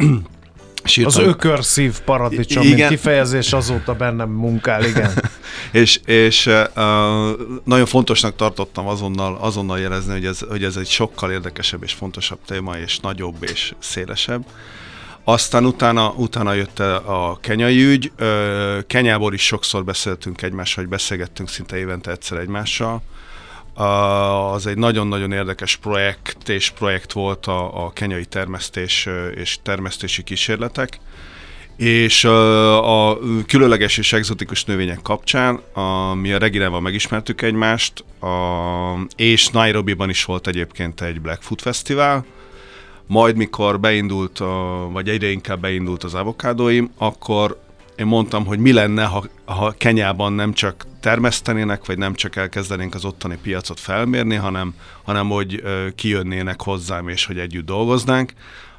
S6: Az ökörszív paradicsom, I- mint kifejezés azóta bennem munkál, igen.
S9: és és uh, nagyon fontosnak tartottam azonnal, azonnal jelezni, hogy ez, hogy ez egy sokkal érdekesebb és fontosabb téma, és nagyobb és szélesebb. Aztán utána, utána jött a kenyai ügy. Uh, Kenyából is sokszor beszéltünk egymással, hogy beszélgettünk szinte évente egyszer egymással. Uh, az egy nagyon-nagyon érdekes projekt és projekt volt a, a kenyai termesztés és termesztési kísérletek, és uh, a különleges és egzotikus növények kapcsán a, mi a Reginával megismertük egymást, a, és Nairobiban is volt egyébként egy Black Food Fesztivál, majd mikor beindult, a, vagy egyre inkább beindult az avokádóim, akkor én mondtam, hogy mi lenne, ha, ha Kenyában nem csak termesztenének, vagy nem csak elkezdenénk az ottani piacot felmérni, hanem, hanem hogy ö, kijönnének hozzám, és hogy együtt dolgoznánk.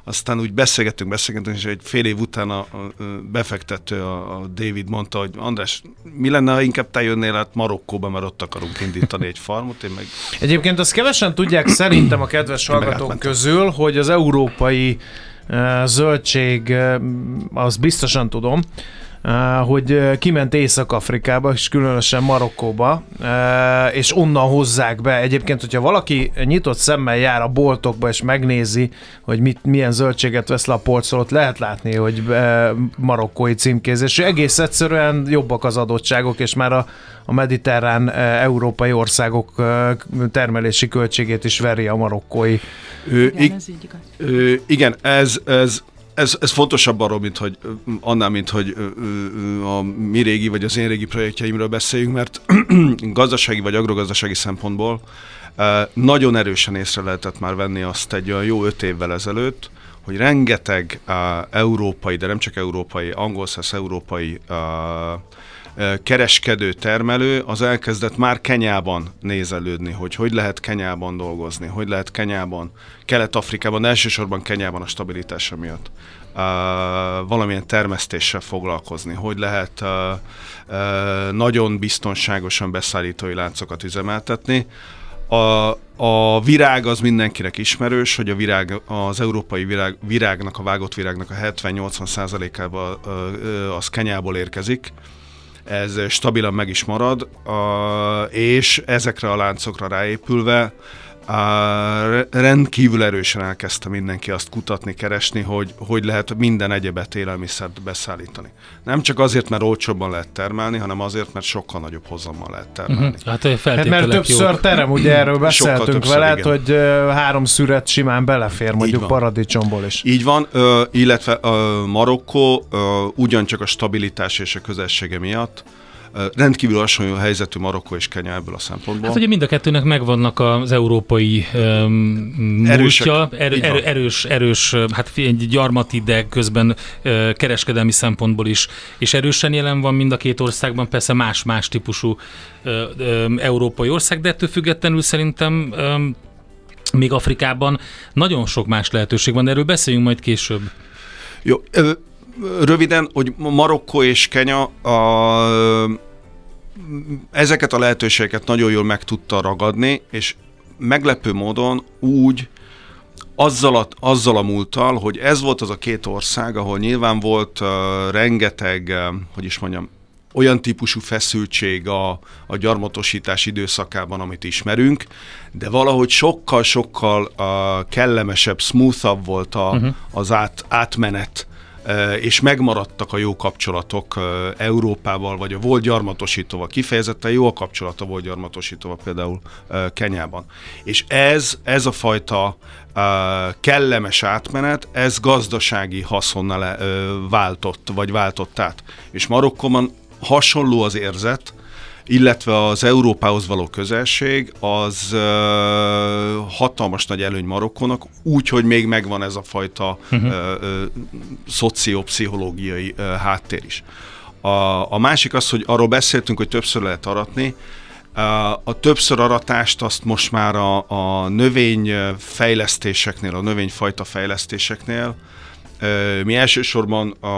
S9: aztán úgy beszélgettünk, beszélgettünk, és egy fél év után a, a befektető, a, a David mondta, hogy András, mi lenne, ha inkább te jönnél át Marokkóba, mert ott akarunk indítani egy farmot, én meg...
S6: Egyébként azt kevesen tudják szerintem a kedves hallgatók közül, hogy az európai uh, zöldség, uh, azt biztosan tudom, Uh, hogy uh, kiment Észak-Afrikába, és különösen Marokkóba, uh, és onnan hozzák be. Egyébként, hogyha valaki nyitott szemmel jár a boltokba, és megnézi, hogy mit, milyen zöldséget vesz le a polcról, ott lehet látni, hogy uh, marokkói címkézés. Egész egyszerűen jobbak az adottságok, és már a, a mediterrán uh, európai országok uh, termelési költségét is veri a marokkói.
S9: Ő,
S8: igen, ez így igaz.
S9: Ő, igen, ez... ez Ez, ez fontosabb arról, mint hogy, annál, mint hogy a mi régi vagy az én régi projektjeimről beszéljünk, mert gazdasági vagy agrogazdasági szempontból nagyon erősen észre lehetett már venni azt egy olyan jó öt évvel ezelőtt, hogy rengeteg európai, de nem csak európai, angolszász európai kereskedő, termelő az elkezdett már Kenyában nézelődni, hogy hogy lehet Kenyában dolgozni, hogy lehet Kenyában, Kelet-Afrikában, de elsősorban Kenyában a stabilitása miatt uh, valamilyen termesztéssel foglalkozni, hogy lehet uh, uh, nagyon biztonságosan beszállítói láncokat üzemeltetni. A, a virág az mindenkinek ismerős, hogy a virág, az európai virág, virágnak, a vágott virágnak a hetven-nyolcvan százalékában uh, az Kenyából érkezik. Ez stabilan meg is marad, és ezekre a láncokra ráépülve rendkívül erősen elkezdte mindenki azt kutatni, keresni, hogy hogy lehet minden egyebet élelmiszert beszállítani. Nem csak azért, mert olcsóbban lehet termelni, hanem azért, mert sokkal nagyobb hozammal lehet termelni.
S7: Uh-huh. Hát, hát
S6: mert többször jó. terem, ugye erről beszéltünk veled,
S9: igen.
S6: hogy három szüret simán belefér, mondjuk paradicsomból is.
S9: Így van, illetve Marokkó ugyancsak a stabilitás és a közelsége miatt rendkívül hasonló helyzetű Marokkó és Kenya ebből a szempontból.
S7: Hát ugye mind a kettőnek megvannak az európai um, múltja, erő, erő, erős, erős, hát egy gyarmati, de közben uh, kereskedelmi szempontból is, és erősen jelen van mind a két országban, persze más-más típusú uh, um, európai ország, de ettől függetlenül szerintem um, még Afrikában nagyon sok más lehetőség van, de erről beszéljünk majd később.
S9: Jó, röviden, hogy Marokkó és Kenya a, ezeket a lehetőségeket nagyon jól meg tudta ragadni, és meglepő módon úgy, azzal a, azzal a múlttal, hogy ez volt az a két ország, ahol nyilván volt uh, rengeteg, uh, hogy is mondjam, olyan típusú feszültség a, a gyarmatosítás időszakában, amit ismerünk, de valahogy sokkal-sokkal uh, kellemesebb, smoothabb volt a, uh-huh. az át, átmenet, és megmaradtak a jó kapcsolatok Európával, vagy a volt gyarmatosítóval. Kifejezetten jó a kapcsolata volt gyarmatosítóval például Kenyában. És ez, ez a fajta kellemes átmenet, ez gazdasági haszonnal váltott, vagy váltott át. És Marokkóban hasonló az érzet, illetve az Európához való közelség, az uh, hatalmas nagy előny Marokkónak, úgyhogy még megvan ez a fajta uh-huh. uh, uh, szociopszichológiai uh, háttér is. A, a másik az, hogy arról beszéltünk, hogy többször lehet aratni. Uh, a többször aratást azt most már a, a növényfejlesztéseknél, a növényfajta fejlesztéseknél, mi elsősorban a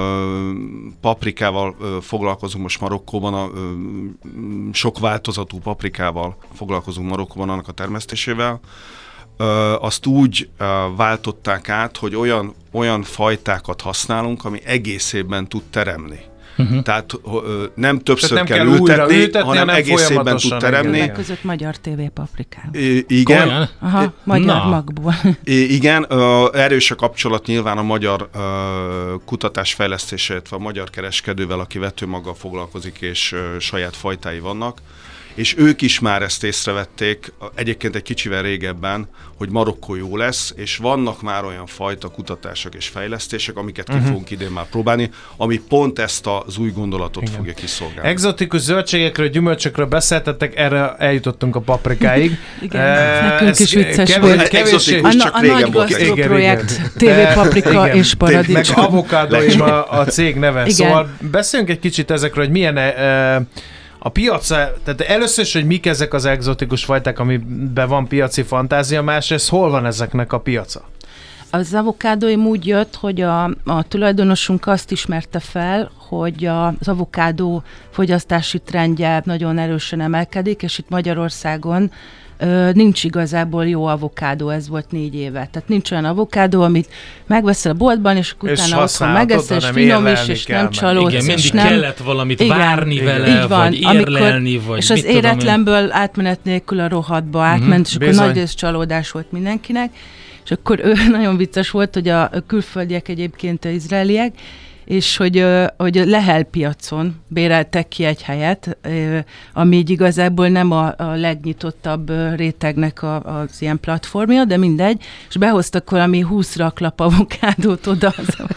S9: paprikával foglalkozunk most Marokkóban, a sok változatú paprikával foglalkozunk Marokkóban, annak a termesztésével. Azt úgy váltották át, hogy olyan, olyan fajtákat használunk, ami egész évben tud teremni. Uh-huh. Tehát ö, nem többször nem kell, kell ültetni, ültetni, hanem, hanem egész évben tud teremni.
S8: Többek között magyar tévé paprikával.
S9: I- igen.
S8: Aha, magyar Na. magból.
S9: I- igen, ö, erős a kapcsolat nyilván a magyar ö, kutatásfejlesztése, illetve a magyar kereskedővel, aki vetőmaggal foglalkozik, és ö, saját fajtái vannak. És ők is már ezt észrevették, egyébként egy kicsivel régebben, hogy Marokkó jó lesz, és vannak már olyan fajta kutatások és fejlesztések, amiket ki uh-huh. fogunk idén már próbálni, ami pont ezt az új gondolatot Igen. fogja kiszolgálni.
S6: Egzotikus zöldségekről, gyümölcsökről beszéltettek, erre eljutottunk a paprikáig.
S8: Igen, e, nekünk is vicces volt.
S9: Egzotikus csak
S8: a, a
S9: régen
S8: nagy
S9: volt.
S8: gasztroprojekt, tévépaprika
S6: igen.
S8: és paradicsom.
S6: Meg avokádó is a, a cég neve. Igen. Szóval beszéljünk egy kicsit ezekről, hogy milyen e, a piac, tehát először is, hogy mik ezek az egzotikus fajták, amiben van piaci fantázia, másrészt hol van ezeknek a piaca?
S8: Az avokádóim úgy jött, hogy a, a tulajdonosunk azt ismerte fel, hogy a, az avokádó fogyasztási trendje nagyon erősen emelkedik, és itt Magyarországon ö, nincs igazából jó avokádó, ez volt négy éve. Tehát nincs olyan avokádó, amit megveszel a boltban, és akkor
S6: és
S8: utána otthon megeszel, és finom is, és nem csalódsz.
S7: Igen, mindig
S8: és nem...
S7: kellett valamit
S8: igen,
S7: várni
S8: igen.
S7: vele,
S8: Így van,
S7: vagy érlelni,
S8: amikor,
S7: vagy
S8: és az
S7: mit tudom én.
S8: éretlenből átmenet nélkül a rohadba átment, mm-hmm, és akkor
S6: bizony.
S8: nagy rész csalódás volt mindenkinek. És akkor ő nagyon vicces volt, hogy a külföldiek egyébként az izraeliek, és hogy, hogy a Lehel piacon béreltek ki egy helyet, ami így igazából nem a, a legnyitottabb rétegnek a, az ilyen platformja, de mindegy, és behoztak valami húsz raklap avokádót oda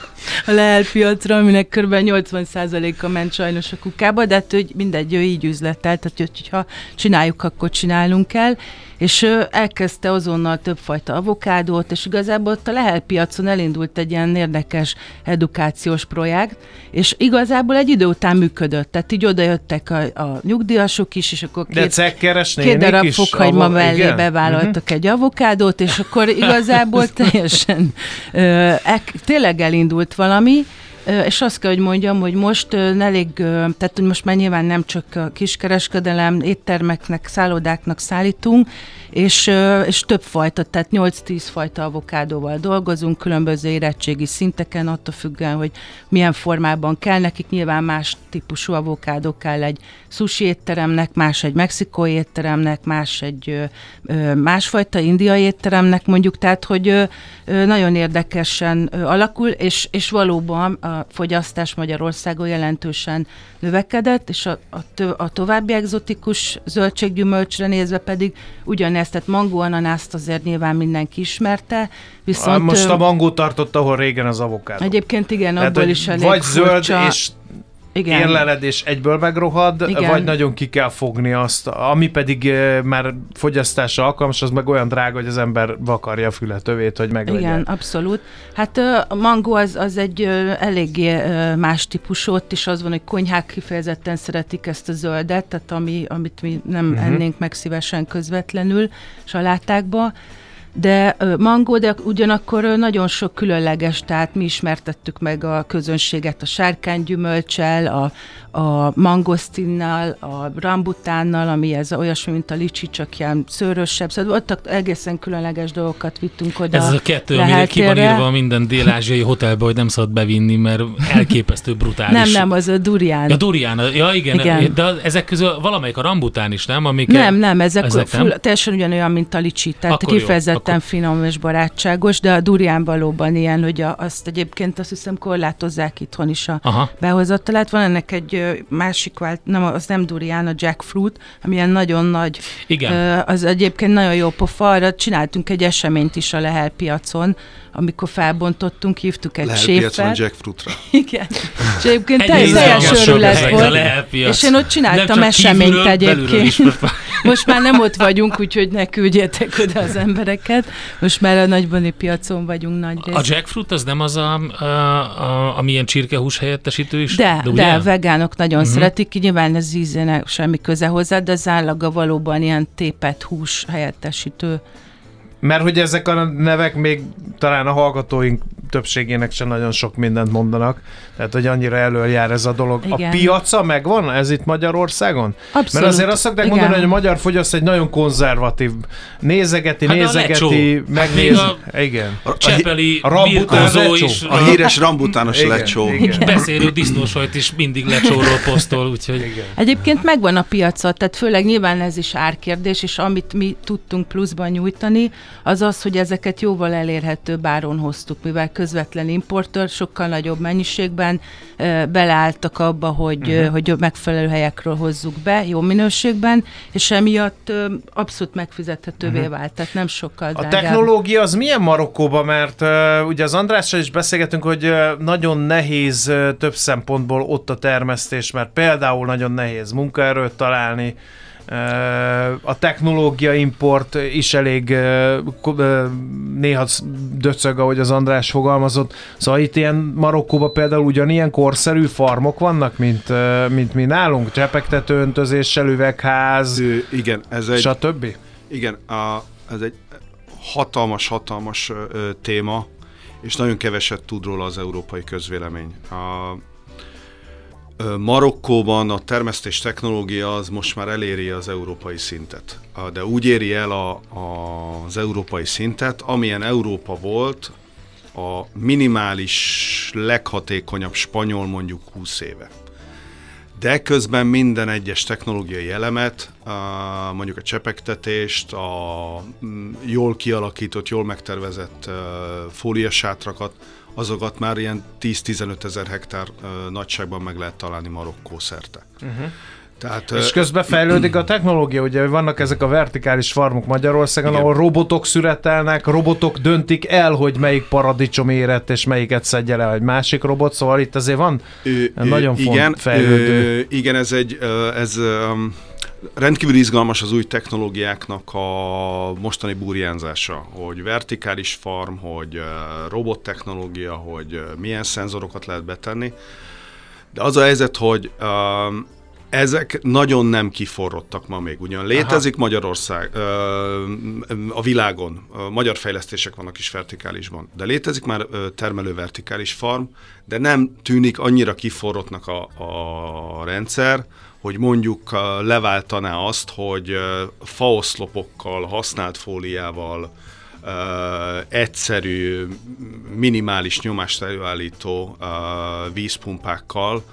S8: a Lehel piacra, aminek kb. nyolcvan százaléka ment sajnos a kukába, de hát hogy mindegy, ő így üzletelt, tehát hogyha csináljuk, akkor csinálunk kell, és ő elkezdte azonnal többfajta avokádót, és igazából ott a Lehel piacon elindult egy ilyen érdekes edukációs projekt, és igazából egy idő után működött, tehát így odajöttek a, a nyugdíjasok is, és akkor két, két darab fokhagyma mellé igen? bevállaltak uh-huh. egy avokádót, és akkor igazából teljesen ö, e, tényleg elindult valami, és azt kell, hogy mondjam, hogy most elég, tehát hogy most már nyilván nem csak a kiskereskedelem, éttermeknek, szállodáknak szállítunk, és, és több fajta, tehát nyolc-tíz fajta avokádóval dolgozunk, különböző érettségi szinteken, attól függően, hogy milyen formában kell nekik, nyilván más típusú avokádó kell egy sushi étteremnek, más egy mexikói étteremnek, más egy másfajta indiai étteremnek mondjuk, tehát hogy nagyon érdekesen alakul, és, és valóban a fogyasztás Magyarországon jelentősen növekedett, és a, a, tö, a további egzotikus zöldséggyümölcsre nézve pedig ugyanezt, tehát mangó, ananászt azért nyilván mindenki ismerte, viszont...
S6: Most a mangó tartott, ahol régen az avokádó.
S8: Egyébként igen, tehát, abból is elég
S6: vagy
S8: furcsa.
S6: Zöld és igen. érleled, és egyből megrohad, igen. vagy nagyon ki kell fogni azt, ami pedig már fogyasztásra alkalmas, az meg olyan drága, hogy az ember vakarja a fületövét, hogy megvegye.
S8: Igen, abszolút. Hát a mangó az, az egy eléggé más típusú, ott is az van, hogy konyhák kifejezetten szeretik ezt a zöldet, tehát ami, amit mi nem uh-huh. ennénk meg szívesen közvetlenül salátákba, de mangó, de ugyanakkor nagyon sok különleges, tehát mi ismertettük meg a közönséget a sárkánygyümölccsel, a, a mangosztinnal, a rambutánnal, ami ez olyasmi, mint a licsi, csak ilyen szőrösebb, szóval ott egészen különleges dolgokat vittünk oda.
S7: Ez az a kettő, amire ki van írva minden dél-ázsiai hotelbe, hogy nem szabad bevinni, mert elképesztő brutális.
S8: Nem, nem, az a durián.
S7: Ja, durián, ja igen, igen. De ezek közül valamelyik a rambután is, nem? Amik
S8: nem, nem, ezek, ezek full,
S7: nem?
S8: teljesen ugyanolyan, mint a licsi, tehát
S7: akkor
S8: kifejezetten
S7: jó, akkor...
S8: finom és barátságos, de a durián valóban ilyen, hogy a, azt egyébként azt hiszem korlátozzák itthon is a Aha. behozattalát. Van ennek egy másik vált, nem, az nem durián, a jackfruit, ami ilyen nagyon nagy,
S7: igen.
S8: az egyébként nagyon jó pofa, arra csináltunk egy eseményt is a Lehel piacon, amikor felbontottunk, hívtuk egy séfet.
S9: Lehel piacon jackfruitra.
S8: Igen. És egyébként teljes örület volt. És én ott csináltam eseményt egyébként. Most már nem ott vagyunk, úgyhogy ne küldjetek oda az embereket. Most már a Nagybani piacon vagyunk nagy rész.
S7: A jackfruit az nem az, a, a, a, a milyen csirkehús helyettesítő is?
S8: De, de, de vegánok nagyon uh-huh. szeretik, nyilván ez ízének semmi köze hozzá, de az állaga valóban ilyen tépett hús helyettesítő.
S6: Mert hogy ezek a nevek még talán a hallgatóink többségének sem nagyon sok mindent mondanak, tehát hogy annyira előjár ez a dolog. Igen. A piaca megvan ez itt Magyarországon?
S8: Abszolút.
S6: Mert azért azt szokták igen. mondani, hogy a magyar fogyaszt egy nagyon konzervatív, nézegeti, hát nézegeti, megnéz... A
S7: igen. A Csepeli
S6: a
S7: birkózó is.
S9: A híres rambutános lecsó.
S7: Beszélő disznósajt is mindig lecsóról posztol, úgyhogy... Igen.
S8: Egyébként megvan a piaca, tehát főleg nyilván ez is árkérdés, és amit mi tudtunk pluszban nyújtani, az az, hogy ezeket jóval elérhetőbb áron hoztuk, mivel közvetlen importőr sokkal nagyobb mennyiségben e, beleálltak abba, hogy, uh-huh. hogy megfelelő helyekről hozzuk be, jó minőségben, és emiatt e, abszolút megfizethetővé uh-huh. vált, tehát nem sokkal drágább.
S6: A technológia az milyen Marokkóban, mert uh, ugye az Andrással is beszélgetünk, hogy uh, nagyon nehéz uh, több szempontból ott a termesztés, mert például nagyon nehéz munkaerőt találni, a technológia import is elég néha döcög, ahogy az András fogalmazott. Szóval itt ilyen Marokkóban például ugyanilyen korszerű farmok vannak, mint, mint mi nálunk? Csepegtető öntözéssel, üvegház, Ő,
S9: igen, ez egy,
S6: stb.
S9: Igen, a, ez egy hatalmas, hatalmas ö, téma, és nagyon keveset tud róla az európai közvélemény. A Marokkóban a termesztés technológia az most már eléri az európai szintet, de úgy éri el a, a, az európai szintet, amilyen Európa volt a minimális, leghatékonyabb spanyol mondjuk húsz éve. De közben minden egyes technológiai elemet, mondjuk a csepegtetést, a jól kialakított, jól megtervezett fóliasátrakat, azokat már ilyen tíz-tizenöt ezer hektár nagyságban meg lehet találni Marokkó szerte. Uh-huh. Tehát,
S6: és közben fejlődik a technológia, ugye vannak ezek a vertikális farmok Magyarországon, igen, ahol robotok szüretelnek, robotok döntik el, hogy melyik paradicsom érett, és melyiket szedje le egy másik robot, szóval itt azért van ő, nagyon ő, font fejlődő.
S9: Ő, igen, ez egy ez, um, rendkívül izgalmas az új technológiáknak a mostani burjánzása, hogy vertikális farm, hogy uh, robottechnológia, hogy uh, milyen szenzorokat lehet betenni, de az a helyzet, hogy um, ezek nagyon nem kiforrottak ma még. Ugyan létezik Aha. Magyarország, a világon, magyar fejlesztések vannak is vertikálisban, de létezik már termelő vertikális farm, de nem tűnik annyira kiforrottnak a, a rendszer, hogy mondjuk leváltaná azt, hogy faoszlopokkal, használt fóliával, egyszerű, minimális nyomást előállító vízpumpákkal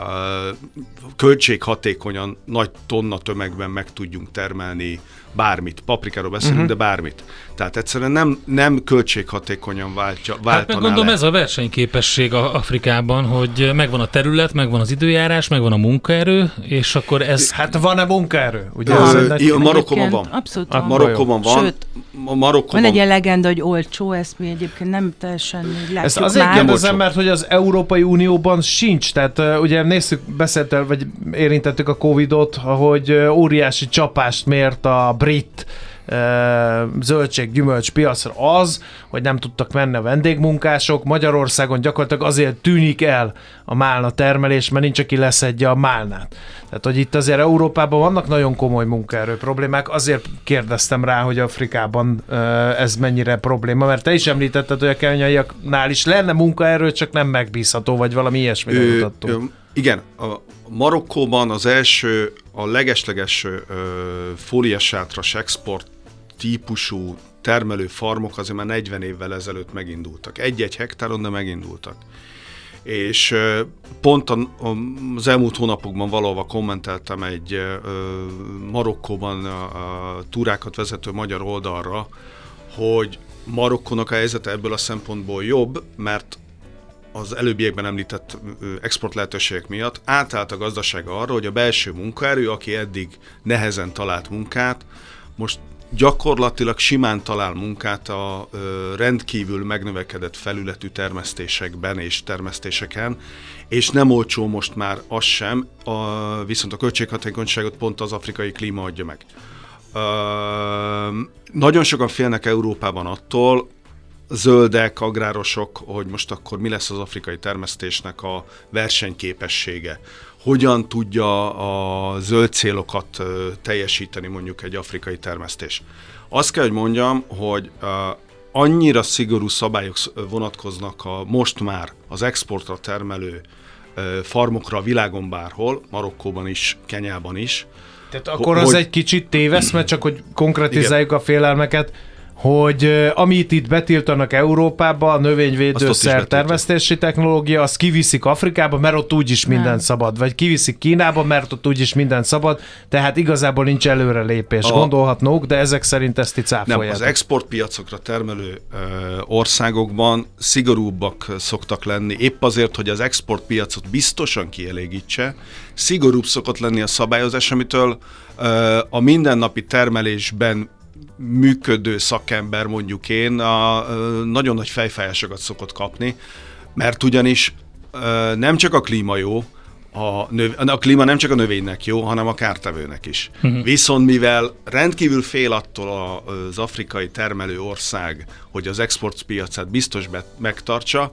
S9: költséghatékonyan, nagy tonna tömegben meg tudjunk termelni bármit. Paprikáról beszélünk, uh-huh. de bármit. Tehát egyszerűen nem, nem költséghatékonyan váltja, váltaná
S7: Hát meg gondolom
S9: le.
S7: Ez a versenyképesség a Afrikában, hogy megvan a terület, megvan az időjárás, megvan a munkaerő, és akkor ez...
S6: Hát van-e munkaerő? Ugye
S9: ja, ez egy Marokkóban van.
S8: Abszolút
S9: van. Marokkóban van.
S8: Sőt,
S9: Marokkóban.
S8: van egy ilyen legenda, hogy olcsó, ezt mi egyébként nem teljesen látjuk.
S6: Ezt azért kérdezem, mert hogy az Európai Unióban sincs, tehát uh, ugye nézzük, beszéltél, vagy érintettük a Covidot, ahogy uh, óriási csapást mért a brit zöldség-gyümölcs piacra az, hogy nem tudtak menni a vendégmunkások. Magyarországon gyakorlatilag azért tűnik el a málna termelés, mert nincs, aki leszedje a málnát. Tehát, hogy itt azért Európában vannak nagyon komoly munkaerő problémák, azért kérdeztem rá, hogy Afrikában ez mennyire probléma, mert te is említetted, hogy a kenyaiaknál is lenne munkaerő, csak nem megbízható, vagy valami ilyesmire mutattunk.
S9: Igen, a Marokkóban az első, a legesleges fóliasátras export típusú termelő farmok azért már negyven évvel ezelőtt megindultak. Egy-egy hektáron, de megindultak. És pont az elmúlt hónapokban valahol kommenteltem egy Marokkóban túrákat vezető magyar oldalra, hogy Marokkónak a helyzete ebből a szempontból jobb, mert az előbbiekben említett export lehetőségek miatt átállt a gazdaság arra, hogy a belső munkaerő, aki eddig nehezen talált munkát, most gyakorlatilag simán talál munkát a ö, rendkívül megnövekedett felületű termesztésekben és termesztéseken, és nem olcsó most már az sem, a, viszont a költséghatékonyságot pont az afrikai klíma adja meg. Ö, nagyon sokan félnek Európában attól, zöldek, agrárosok, hogy most akkor mi lesz az afrikai termesztésnek a versenyképessége. Hogyan tudja a zöld célokat teljesíteni mondjuk egy afrikai termesztés. Azt kell, hogy mondjam, hogy annyira szigorú szabályok vonatkoznak a, most már az exportra termelő farmokra a világon bárhol, Marokkóban is, Kenyában is.
S6: Tehát akkor hogy, az egy kicsit tévesz, mert csak hogy konkretizáljuk igen. a félelmeket, hogy uh, amit itt betiltanak Európába, a növényvédőszer termesztési technológia, azt kiviszik Afrikába, mert ott úgyis minden Nem. szabad, vagy kiviszik Kínába, mert ott úgyis minden szabad, tehát igazából nincs előrelépés. A... Gondolhatnók, de ezek szerint ezt itt cáfolják.
S9: Nem, az exportpiacokra termelő ö, országokban szigorúbbak szoktak lenni, épp azért, hogy az exportpiacot biztosan kielégítse, szigorúbb szokott lenni a szabályozás, amitől ö, a mindennapi termelésben működő szakember, mondjuk én, a, a, nagyon nagy fejfájásokat szokott kapni, mert ugyanis a, nem csak a klíma jó, a, növ, a klíma nem csak a növénynek jó, hanem a kártevőnek is. Uh-huh. Viszont mivel rendkívül fél attól a, az afrikai termelő ország, hogy az exportpiacát biztos be, megtartsa,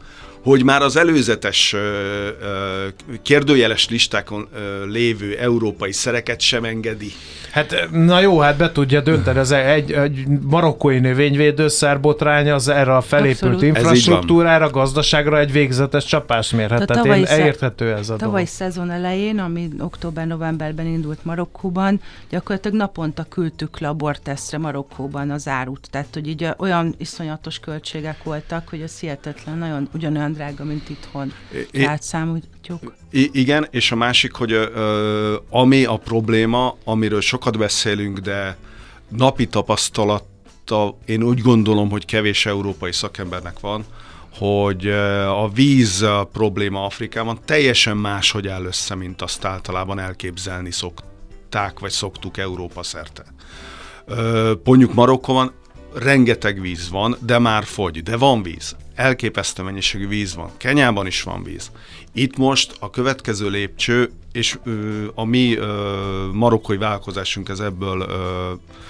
S9: hogy már az előzetes ö, ö, kérdőjeles listákon ö, lévő európai szereket sem engedi.
S6: Hát na jó, hát be tudja dönteni, az egy, egy marokkói növényvédőszer botrány az erre a felépült
S8: Abszolút.
S6: infrastruktúrára, gazdaságra egy végzetes csapást mérhet. Tehát
S8: tavalyi
S6: én
S8: sze-
S6: érthető ez a
S8: Tavalyi
S6: dolog.
S8: szezon elején, ami október-novemberben indult Marokkóban, gyakorlatilag naponta küldtük labortesztre Marokkóban az árut. Tehát, hogy így olyan iszonyatos költségek voltak, hogy az hihetetlen, nagyon ugyanolyan drága, mint itthon.
S9: I-
S8: Tehát számítjuk.
S9: I- igen, és a másik, hogy ö, ami a probléma, amiről sokat beszélünk, de napi tapasztalata, én úgy gondolom, hogy kevés európai szakembernek van, hogy a víz probléma Afrikában teljesen máshogy áll össze, mint azt általában elképzelni szokták, vagy szoktuk Európa szerte. Mondjuk Marokkóban rengeteg víz van, de már fogy, de van víz. Elképesztő mennyiségű víz van. Kenyában is van víz. Itt most a következő lépcső, és ö, a mi ö, marokkói vállalkozásunk ez ebből ö,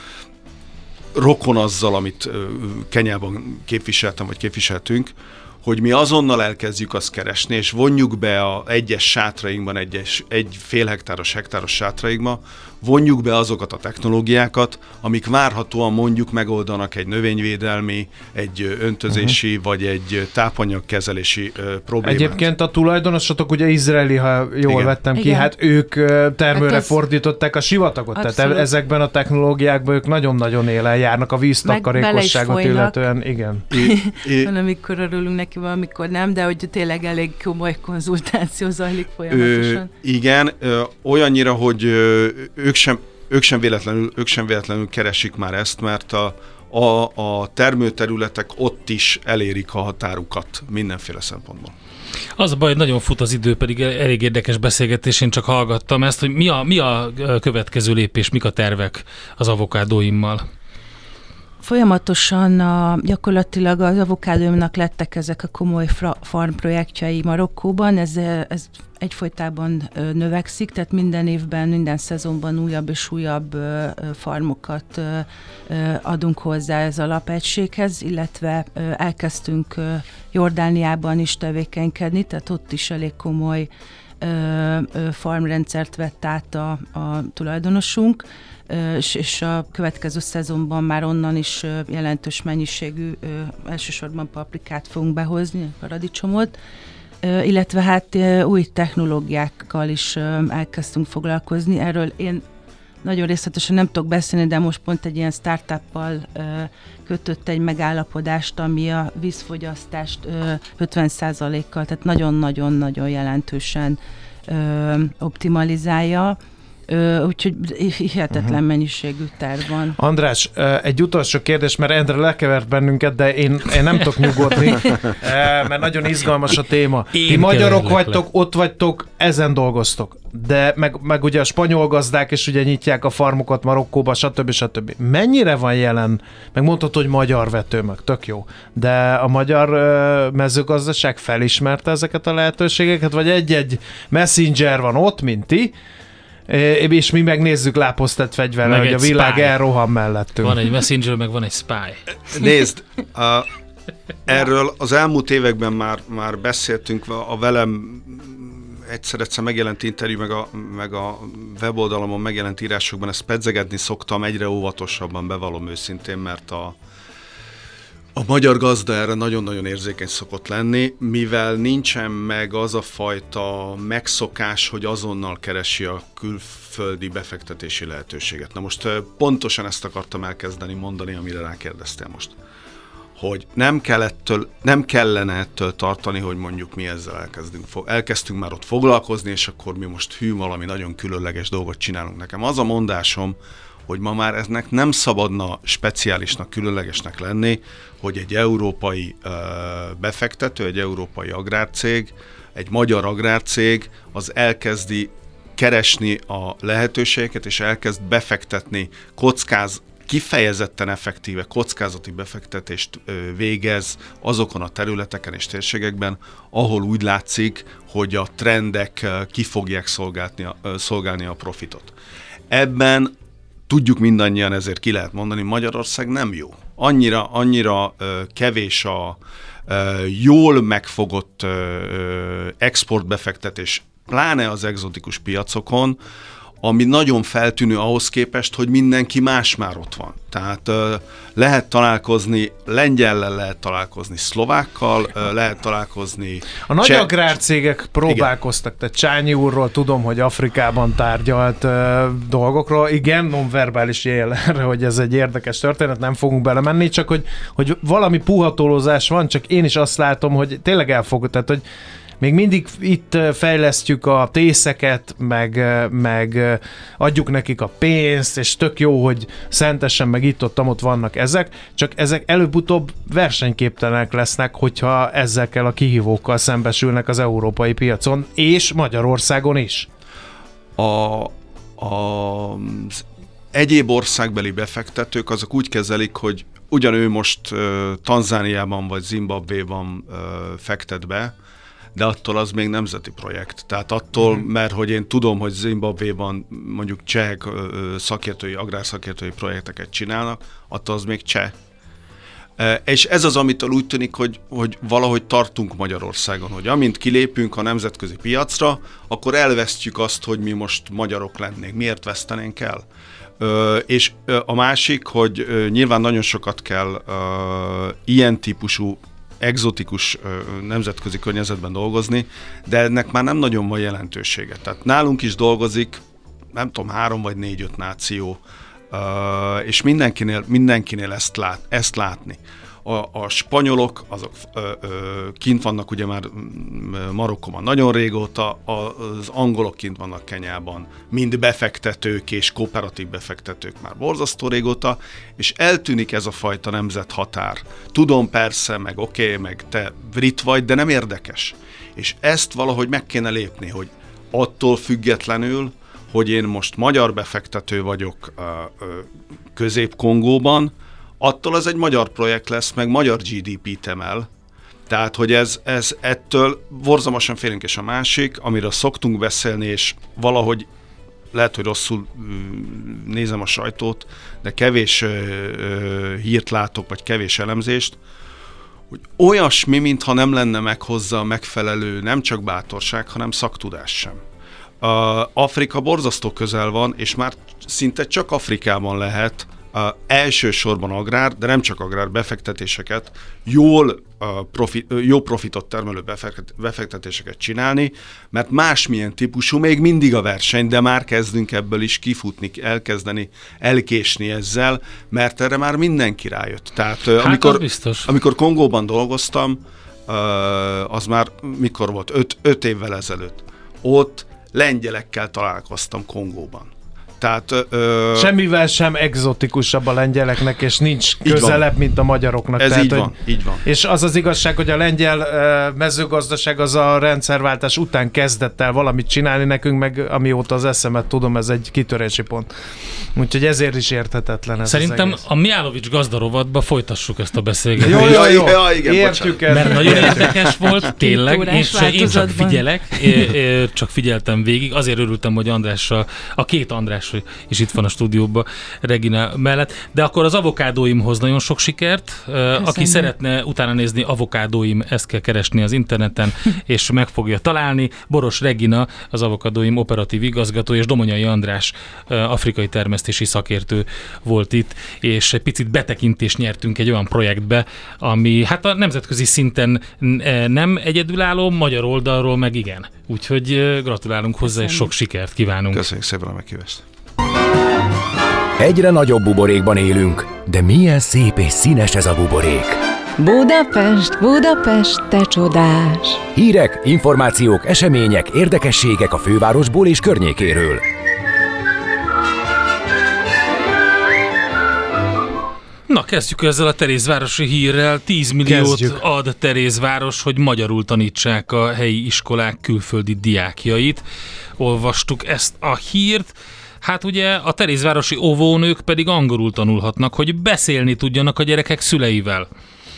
S9: rokon azzal, amit ö, Kenyában képviseltem, vagy képviseltünk, hogy mi azonnal elkezdjük azt keresni, és vonjuk be a egyes sátrainkban, egyes, egy fél hektáros, hektáros sátrainkba, vonjuk be azokat a technológiákat, amik várhatóan mondjuk megoldanak egy növényvédelmi, egy öntözési, uh-huh. vagy egy tápanyagkezelési uh, problémát.
S6: Egyébként a tulajdonosatok ugye izraeli, ha jól Igen. vettem ki,
S8: Igen.
S6: hát ők termőre
S8: hát
S6: fordították a sivatagot,
S8: abszolút.
S6: tehát ezekben a technológiákban ők nagyon-nagyon élen járnak a víztakarékosságot illetően. Igen.
S9: I, I,
S8: Van, amikor örülünk neki, valamikor nem, de hogy tényleg elég komoly konzultáció zajlik folyamatosan.
S9: Ö, igen, ö, olyannyira, hogy ö, ők sem, ők, sem véletlenül, ők sem véletlenül keresik már ezt, mert a, a, a termőterületek ott is elérik a határukat mindenféle szempontból.
S7: Az a baj, hogy nagyon fut az idő, pedig elég érdekes beszélgetés, én csak hallgattam ezt, hogy mi a, mi a következő lépés, mik a tervek az avokádóimmal?
S8: Folyamatosan a, gyakorlatilag az avokádóimnak lettek ezek a komoly fra, farm projektjei Marokkóban, ez, ez egyfolytában növekszik, tehát minden évben, minden szezonban újabb és újabb farmokat adunk hozzá ez alapegységhez, illetve elkezdtünk Jordániában is tevékenykedni, tehát ott is elég komoly farmrendszert vett át a, a tulajdonosunk, és, és a következő szezonban már onnan is jelentős mennyiségű, elsősorban paprikát fogunk behozni, paradicsomot, illetve hát új technológiákkal is elkezdtünk foglalkozni. Erről én nagyon részletesen nem tudok beszélni, de most pont egy ilyen startuppal kötött egy megállapodást, ami a vízfogyasztást ötven százalékkal, tehát nagyon-nagyon-nagyon jelentősen optimalizálja. Úgyhogy hihetetlen uh-huh. mennyiségű terv van.
S6: András, egy utolsó kérdés, mert Endre lekevert bennünket, de én, én nem tudok nyugodni, mert nagyon izgalmas a téma. Én Ti magyarok vagytok, le. ott vagytok, ezen dolgoztok, de meg, meg ugye a spanyol gazdák is ugye nyitják a farmokat Marokkóba, stb. stb. Mennyire van jelen, meg mondhatod, hogy magyar vető, meg tök jó, de a magyar mezőgazdaság felismerte ezeket a lehetőségeket, vagy egy-egy messenger van ott, mint ti, és mi megnézzük láposztett fegyverrel, hogy a világ spy. Elrohan mellettünk.
S7: Van egy messenger, meg van egy spy.
S9: Nézd, a, erről az elmúlt években már, már beszéltünk, a velem egyszer-egyszer megjelent interjú, meg a, meg a weboldalamon megjelent írásokban ezt pedzegetni szoktam, egyre óvatosabban, bevallom őszintén, mert a A magyar gazda erre nagyon-nagyon érzékeny szokott lenni, mivel nincsen meg az a fajta megszokás, hogy azonnal keresi a külföldi befektetési lehetőséget. Na most pontosan ezt akartam elkezdeni mondani, amire rákérdeztél most. Hogy nem, kell ettől, nem kellene ettől tartani, hogy mondjuk mi ezzel elkezdünk. Elkezdtünk már ott foglalkozni, és akkor mi most hű valami nagyon különleges dolgot csinálunk. Nekem az a mondásom, hogy ma már eznek nem szabadna speciálisnak, különlegesnek lenni, hogy egy európai uh, befektető, egy európai agrárcég, egy magyar agrárcég az elkezdi keresni a lehetőségeket, és elkezd befektetni, kockáz, kifejezetten effektíve kockázati befektetést uh, végez azokon a területeken és térségekben, ahol úgy látszik, hogy a trendek uh, ki fogják szolgálni a, uh, szolgálni a profitot. Ebben tudjuk mindannyian, ezért ki lehet mondani, Magyarország nem jó. Annyira, annyira ö, kevés a ö, jól megfogott ö, exportbefektetés, pláne az egzotikus piacokon, ami nagyon feltűnő ahhoz képest, hogy mindenki más már ott van. Tehát ö, lehet találkozni lengyellel, lehet találkozni szlovákkal, ö, lehet találkozni...
S6: A nagy
S9: cseh...
S6: agrárcégek próbálkoztak, igen. Tehát Csányi úrról tudom, hogy Afrikában tárgyalt ö, dolgokról. Igen, nonverbális jel erre, hogy ez egy érdekes történet, nem fogunk belemenni, csak hogy, hogy valami puhatolózás van, csak én is azt látom, hogy tényleg elfogott, tehát hogy még mindig itt fejlesztjük a tészeket, meg, meg adjuk nekik a pénzt, és tök jó, hogy szentesen, meg itt-ott ott vannak ezek, csak ezek előbb-utóbb versenyképtelenek lesznek, hogyha ezekkel a kihívókkal szembesülnek az európai piacon, és Magyarországon is.
S9: A, a, az egyéb országbeli befektetők azok úgy kezelik, hogy ugyan ő most uh, Tanzániában vagy Zimbabvéban uh, fektet be, de attól az még nemzeti projekt. Tehát attól, mm. mert hogy én tudom, hogy Zimbabvéban mondjuk cseh szakértői, agrárszakértői projekteket csinálnak, attól az még cseh. E, és ez az, amitől úgy tűnik, hogy, hogy valahogy tartunk Magyarországon, hogy amint kilépünk a nemzetközi piacra, akkor elvesztjük azt, hogy mi most magyarok lennénk. Miért vesztenénk el? Ö, és a másik, hogy ö, nyilván nagyon sokat kell ö, ilyen típusú egzotikus ö, nemzetközi környezetben dolgozni, de ennek már nem nagyon van jelentősége. Tehát nálunk is dolgozik, nem tudom, három vagy négy-öt náció, ö, és mindenkinél, mindenkinél ezt, lát, ezt látni. A, a spanyolok, azok ö, ö, kint vannak ugye már Marokkóban nagyon régóta, az angolok kint vannak Kenyában, mind befektetők és kooperatív befektetők már borzasztó régóta, és eltűnik ez a fajta nemzethatár. Tudom persze, meg oké, okay, meg te brit vagy, de nem érdekes. És ezt valahogy meg kéne lépni, hogy attól függetlenül, hogy én most magyar befektető vagyok ö, ö, Közép-Kongóban, attól az egy magyar projekt lesz, meg magyar gé dé pét emel. Tehát, hogy ez, ez ettől borzalmasan félünk, és a másik, amiről szoktunk beszélni, és valahogy lehet, hogy rosszul nézem a sajtót, de kevés ö, ö, hírt látok, vagy kevés elemzést, hogy olyasmi, mintha nem lenne meg hozzá a megfelelő nem csak bátorság, hanem szaktudás sem. Uh, Afrika borzasztó közel van, és már szinte csak Afrikában lehet Uh, elsősorban agrár, de nem csak agrár befektetéseket, jól, uh, profi, uh, jó profitot termelő befektet, befektetéseket csinálni, mert másmilyen típusú még mindig a verseny, de már kezdünk ebből is kifutni, elkezdeni, elkésni ezzel, mert erre már mindenki rájött. Tehát uh,
S7: hát
S9: amikor,
S7: biztos.
S9: amikor Kongóban dolgoztam, uh, az már mikor volt? Öt, öt évvel ezelőtt. Ott lengyelekkel találkoztam Kongóban. Tehát, ö...
S6: semmivel sem egzotikusabb a lengyeleknek, és nincs közelebb, mint a magyaroknak.
S9: Ez
S6: Tehát,
S9: így van,
S6: hogy...
S9: így van.
S6: És az az igazság, hogy a lengyel uh, mezőgazdaság az a rendszerváltás után kezdett el valamit csinálni nekünk, meg amióta az eszemet tudom, ez egy kitörési pont. Úgyhogy ezért is érthetetlen ez.
S7: Szerintem
S6: az
S7: a Mihálovics gazdarovatba folytassuk ezt a beszélgetést.
S6: Jó, jó, jó.
S9: Ja, igen,
S6: értjük ezt.
S7: Mert nagyon érdekes volt, tényleg. Én,
S8: órás
S7: se, én csak
S8: változatban.
S7: figyelek, én, én csak figyeltem végig. Azért örültem, hogy Andrással, a két András és itt van a stúdióban Regina mellett. De akkor az avokádóimhoz nagyon sok sikert. Köszönöm. Aki szeretne utána nézni avokádóim, ezt kell keresni az interneten, és meg fogja találni. Boros Regina, az avokádóim operatív igazgató, és Domonyai András, afrikai termesztési szakértő volt itt, és egy picit betekintést nyertünk egy olyan projektbe, ami hát a nemzetközi szinten nem egyedülálló, magyar oldalról meg igen. Úgyhogy gratulálunk hozzá, és sok sikert kívánunk.
S9: Köszönjük szépen a meghívást.
S1: Egyre nagyobb buborékban élünk, de milyen szép és színes ez a buborék.
S5: Budapest, Budapest, te csodás!
S1: Hírek, információk, események, érdekességek a fővárosból és környékéről.
S7: Na, kezdjük ezzel a Terézvárosi hírrel. tíz milliót
S6: Kezdjük.
S7: ad Terézváros, hogy magyarul tanítsák a helyi iskolák külföldi diákjait. Olvastuk ezt a hírt. Hát ugye a terézvárosi óvónők pedig angolul tanulhatnak, hogy beszélni tudjanak a gyerekek szüleivel.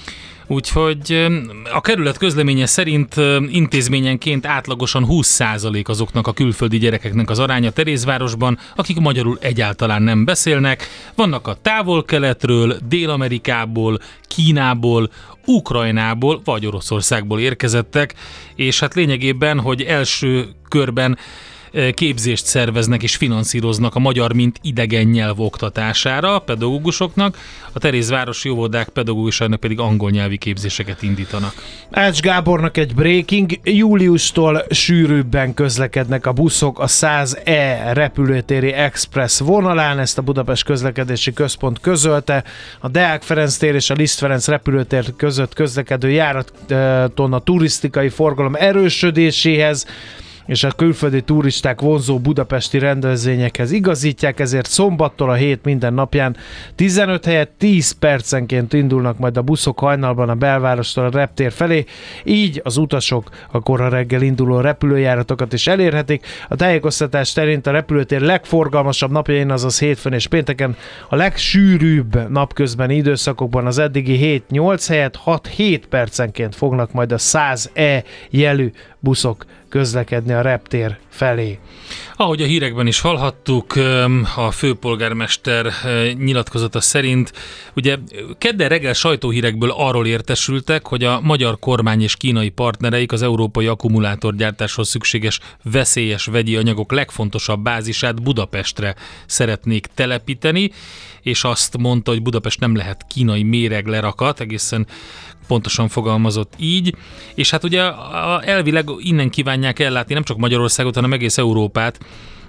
S7: Úgyhogy a kerület közleménye szerint intézményenként átlagosan húsz százalék azoknak a külföldi gyerekeknek az aránya Terézvárosban, akik magyarul egyáltalán nem beszélnek. Vannak a távol-keletről, Dél-Amerikából, Kínából, Ukrajnából vagy Oroszországból érkezettek, és hát lényegében, hogy első körben képzést szerveznek és finanszíroznak a magyar, mint idegen nyelv oktatására a pedagógusoknak, a Terézvárosi óvodák pedagógusának pedig angol nyelvi képzéseket indítanak.
S6: Ács Gábornak egy breaking, júliustól sűrűbben közlekednek a buszok a száz E repülőtéri express vonalán, ezt a Budapest Közlekedési Központ közölte. A Deák Ferenc tér és a Liszt Ferenc repülőtér között közlekedő járaton a turisztikai forgalom erősödéséhez és a külföldi turisták vonzó budapesti rendezvényekhez igazítják, ezért szombattól a hét minden napján tizenöt helyett tíz percenként indulnak majd a buszok hajnalban a belvárostól a reptér felé, így az utasok a kora reggel induló repülőjáratokat is elérhetik. A tájékoztatás szerint a repülőtér legforgalmasabb napjain, azaz hétfőn és pénteken a legsűrűbb napközbeni időszakokban az eddigi hét-nyolc helyett hat-hét percenként fognak majd a száz E jelű buszok közlekedni a reptér felé.
S7: Ahogy a hírekben is hallhattuk, a főpolgármester nyilatkozata szerint, ugye kedden reggel sajtóhírekből arról értesültek, hogy a magyar kormány és kínai partnereik az európai akkumulátorgyártáshoz szükséges veszélyes vegyi anyagok legfontosabb bázisát Budapestre szeretnék telepíteni, és azt mondta, hogy Budapest nem lehet kínai méreglerakat, egészen pontosan fogalmazott így, és hát ugye elvileg innen kívánják ellátni nem csak Magyarországot, hanem egész Európát,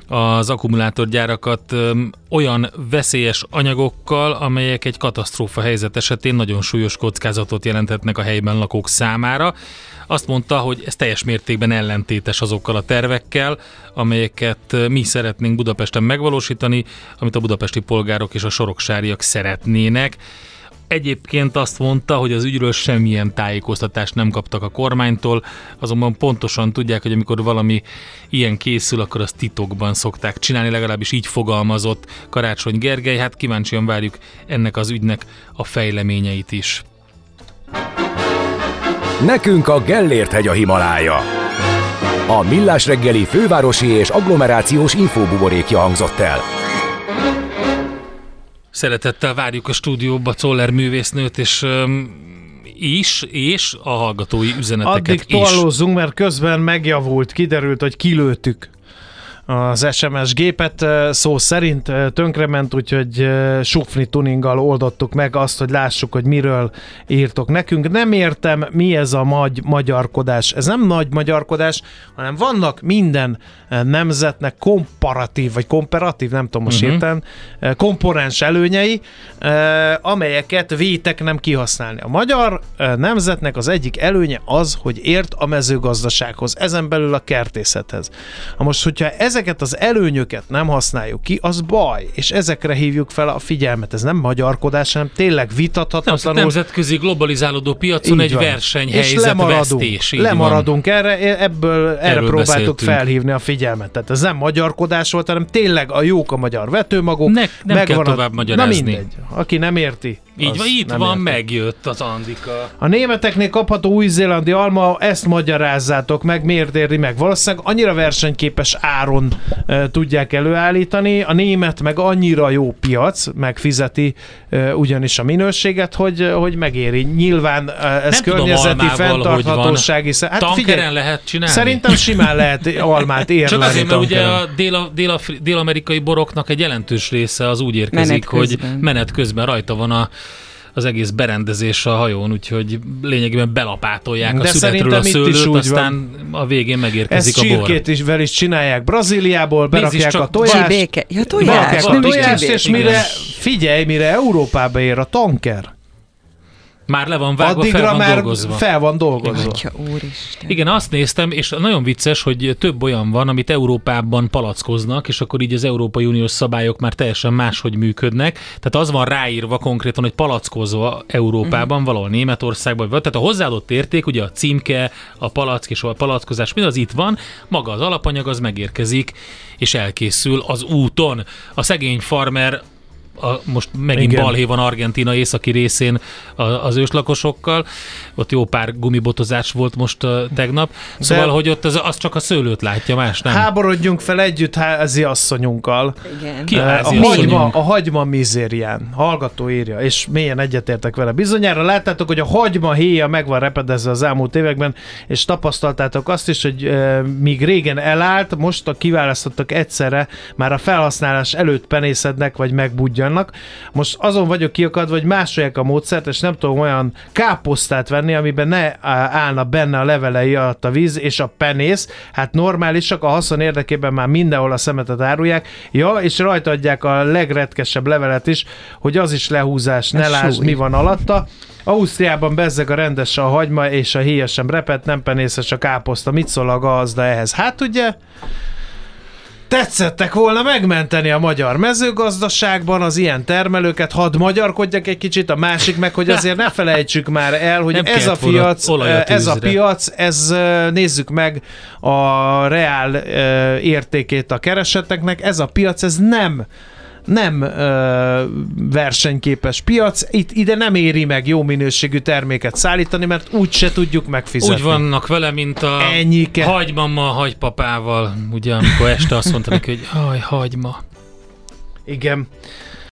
S7: az akkumulátorgyárakat olyan veszélyes anyagokkal, amelyek egy katasztrófa helyzet esetén nagyon súlyos kockázatot jelenthetnek a helyben lakók számára. Azt mondta, hogy ez teljes mértékben ellentétes azokkal a tervekkel, amelyeket mi szeretnénk Budapesten megvalósítani, amit a budapesti polgárok és a soroksáriak szeretnének. Egyébként azt mondta, hogy az ügyről semmilyen tájékoztatást nem kaptak a kormánytól, azonban pontosan tudják, hogy amikor valami ilyen készül, akkor azt titokban szokták csinálni, legalábbis így fogalmazott Karácsony Gergely. Hát kíváncsian várjuk ennek az ügynek a fejleményeit is.
S1: Nekünk a Gellért-hegy a Himalája. A Millás reggeli fővárosi és agglomerációs infóbuborékja hangzott el.
S7: Szeretettel várjuk a stúdióba Czoller művésznőt, és um, is, és a hallgatói üzeneteket
S6: Addig
S7: is.
S6: Addig tollózzunk, mert közben megjavult, kiderült, hogy kilőttük az es em es gépet, szó szerint tönkrement, úgyhogy sufni tuninggal oldottuk meg azt, hogy lássuk, hogy miről írtok nekünk. Nem értem, mi ez a magy- magyarkodás. Ez nem nagy magyarkodás, hanem vannak minden nemzetnek komparatív, vagy komparatív, nem tudom most uh-huh. értem, komponens előnyei, amelyeket vétek nem kihasználni. A magyar nemzetnek az egyik előnye az, hogy ért a mezőgazdasághoz, ezen belül a kertészethez. Ha most, hogyha ezeket az előnyöket nem használjuk ki, az baj, és ezekre hívjuk fel a figyelmet. Ez nem magyarkodás, hanem tényleg vitathatatlanul.
S7: Nem, nemzetközi globalizálódó piacon egy versenyhelyzet vesztés.
S6: Lemaradunk erre, ebből erre Erről próbáltuk beszéltünk. felhívni a figyelmet. Tehát ez nem magyarkodás volt, hanem tényleg a jók a magyar vetőmagok.
S7: Ne, nem kell tovább a... magyarázni.
S6: Na mindegy, aki nem érti.
S7: Így van, itt van, érti. Megjött az Andika.
S6: A németeknél kapható új-zélandi alma, ezt magyarázzátok meg, miért éri meg. Valószínűleg annyira versenyképes áron e, tudják előállítani, a német meg annyira jó piac, megfizeti e, ugyanis a minőséget, hogy, hogy megéri. Nyilván ez
S7: nem
S6: környezeti fenntarthatósági...
S7: Hát Tankeren lehet csinálni?
S6: Szerintem simán lehet almát érlelni.
S7: Csak azért, mert ugye a dél- dél- dél-amerikai boroknak egy jelentős része az úgy érkezik, menet hogy menet közben rajta van a az egész berendezés a hajón, úgyhogy lényegében belapátolják de a születről a szőlőt, aztán van. A végén megérkezik
S6: ezt
S7: a bor.
S6: Ezt is vel is csinálják Brazíliából, berakják a
S4: tojást, ja, tojás,
S6: a tojást és mire, figyelj, mire Európába ér a tanker.
S7: Már le van vágva,
S6: addigra
S7: fel van
S6: már
S7: dolgozva.
S6: fel van dolgozva.
S4: Atya, úristen.
S7: Igen, azt néztem, és nagyon vicces, hogy több olyan van, amit Európában palackoznak, és akkor így az Európai Uniós szabályok már teljesen máshogy működnek. Tehát az van ráírva konkrétan, hogy palackozva Európában, uh-huh. valahol Németországban, vagy. Tehát a hozzáadott érték, ugye a címke, a palack és a palackozás, mind az itt van, maga az alapanyag az megérkezik, és elkészül az úton. A szegény farmer a, most megint
S6: Igen.
S7: balhé van Argentína északi részén a, az őslakosokkal, ott jó pár gumibotozás volt most uh, tegnap, szóval,
S6: De...
S7: hogy ott az, az csak a szőlőt látja, más nem.
S6: Háborodjunk fel együtt házi asszonyunkkal.
S4: Igen.
S7: Ki
S6: A
S7: házi
S6: hagyma,
S7: asszonyunk?
S6: a hagyma mizérián. Hallgató írja, és mélyen egyetértek vele. Bizonyára láttátok, hogy a hagyma héja meg van repedezve az elmúlt években, és tapasztaltátok azt is, hogy e, míg régen elállt, most a kiválasztottak egyszerre már a felhasználás előtt penészednek, vagy megbudjannak. Most azon vagyok kiakadva, hogy másolják a módszert, és nem tudom olyan káposztát venni, amiben ne állna benne a levelei alatt a víz és a penész. Hát normálisak, a haszon érdekében már mindenhol a szemetet árulják. Ja, és rajta adják a legretkesebb levelet is, hogy az is lehúzás, ne
S4: Ez
S6: lásd,
S4: súly.
S6: mi van alatta. Ausztriában bezzeg a rendes a hagyma, és a héja sem repet, nem penészes a káposzta. Mit szól a gazda ehhez? Hát ugye tetszettek volna megmenteni a magyar mezőgazdaságban az ilyen termelőket, hadd magyarkodjak egy kicsit, a másik meg, hogy azért ne felejtsük már el, hogy
S7: Nem
S6: ez a
S7: kellett volna
S6: piac,
S7: olajat
S6: ez a
S7: tűzre.
S6: piac, ez nézzük meg a reál értékét a kereseteknek, ez a piac, ez nem nem ö, versenyképes piac, itt ide nem éri meg jó minőségű terméket szállítani, mert úgyse tudjuk megfizetni.
S7: Úgy vannak vele, mint a
S6: Ennyike.
S7: hagymammal, hagypapával, ugye, amikor este azt mondta neki, hogy haj, hagyma.
S6: Igen.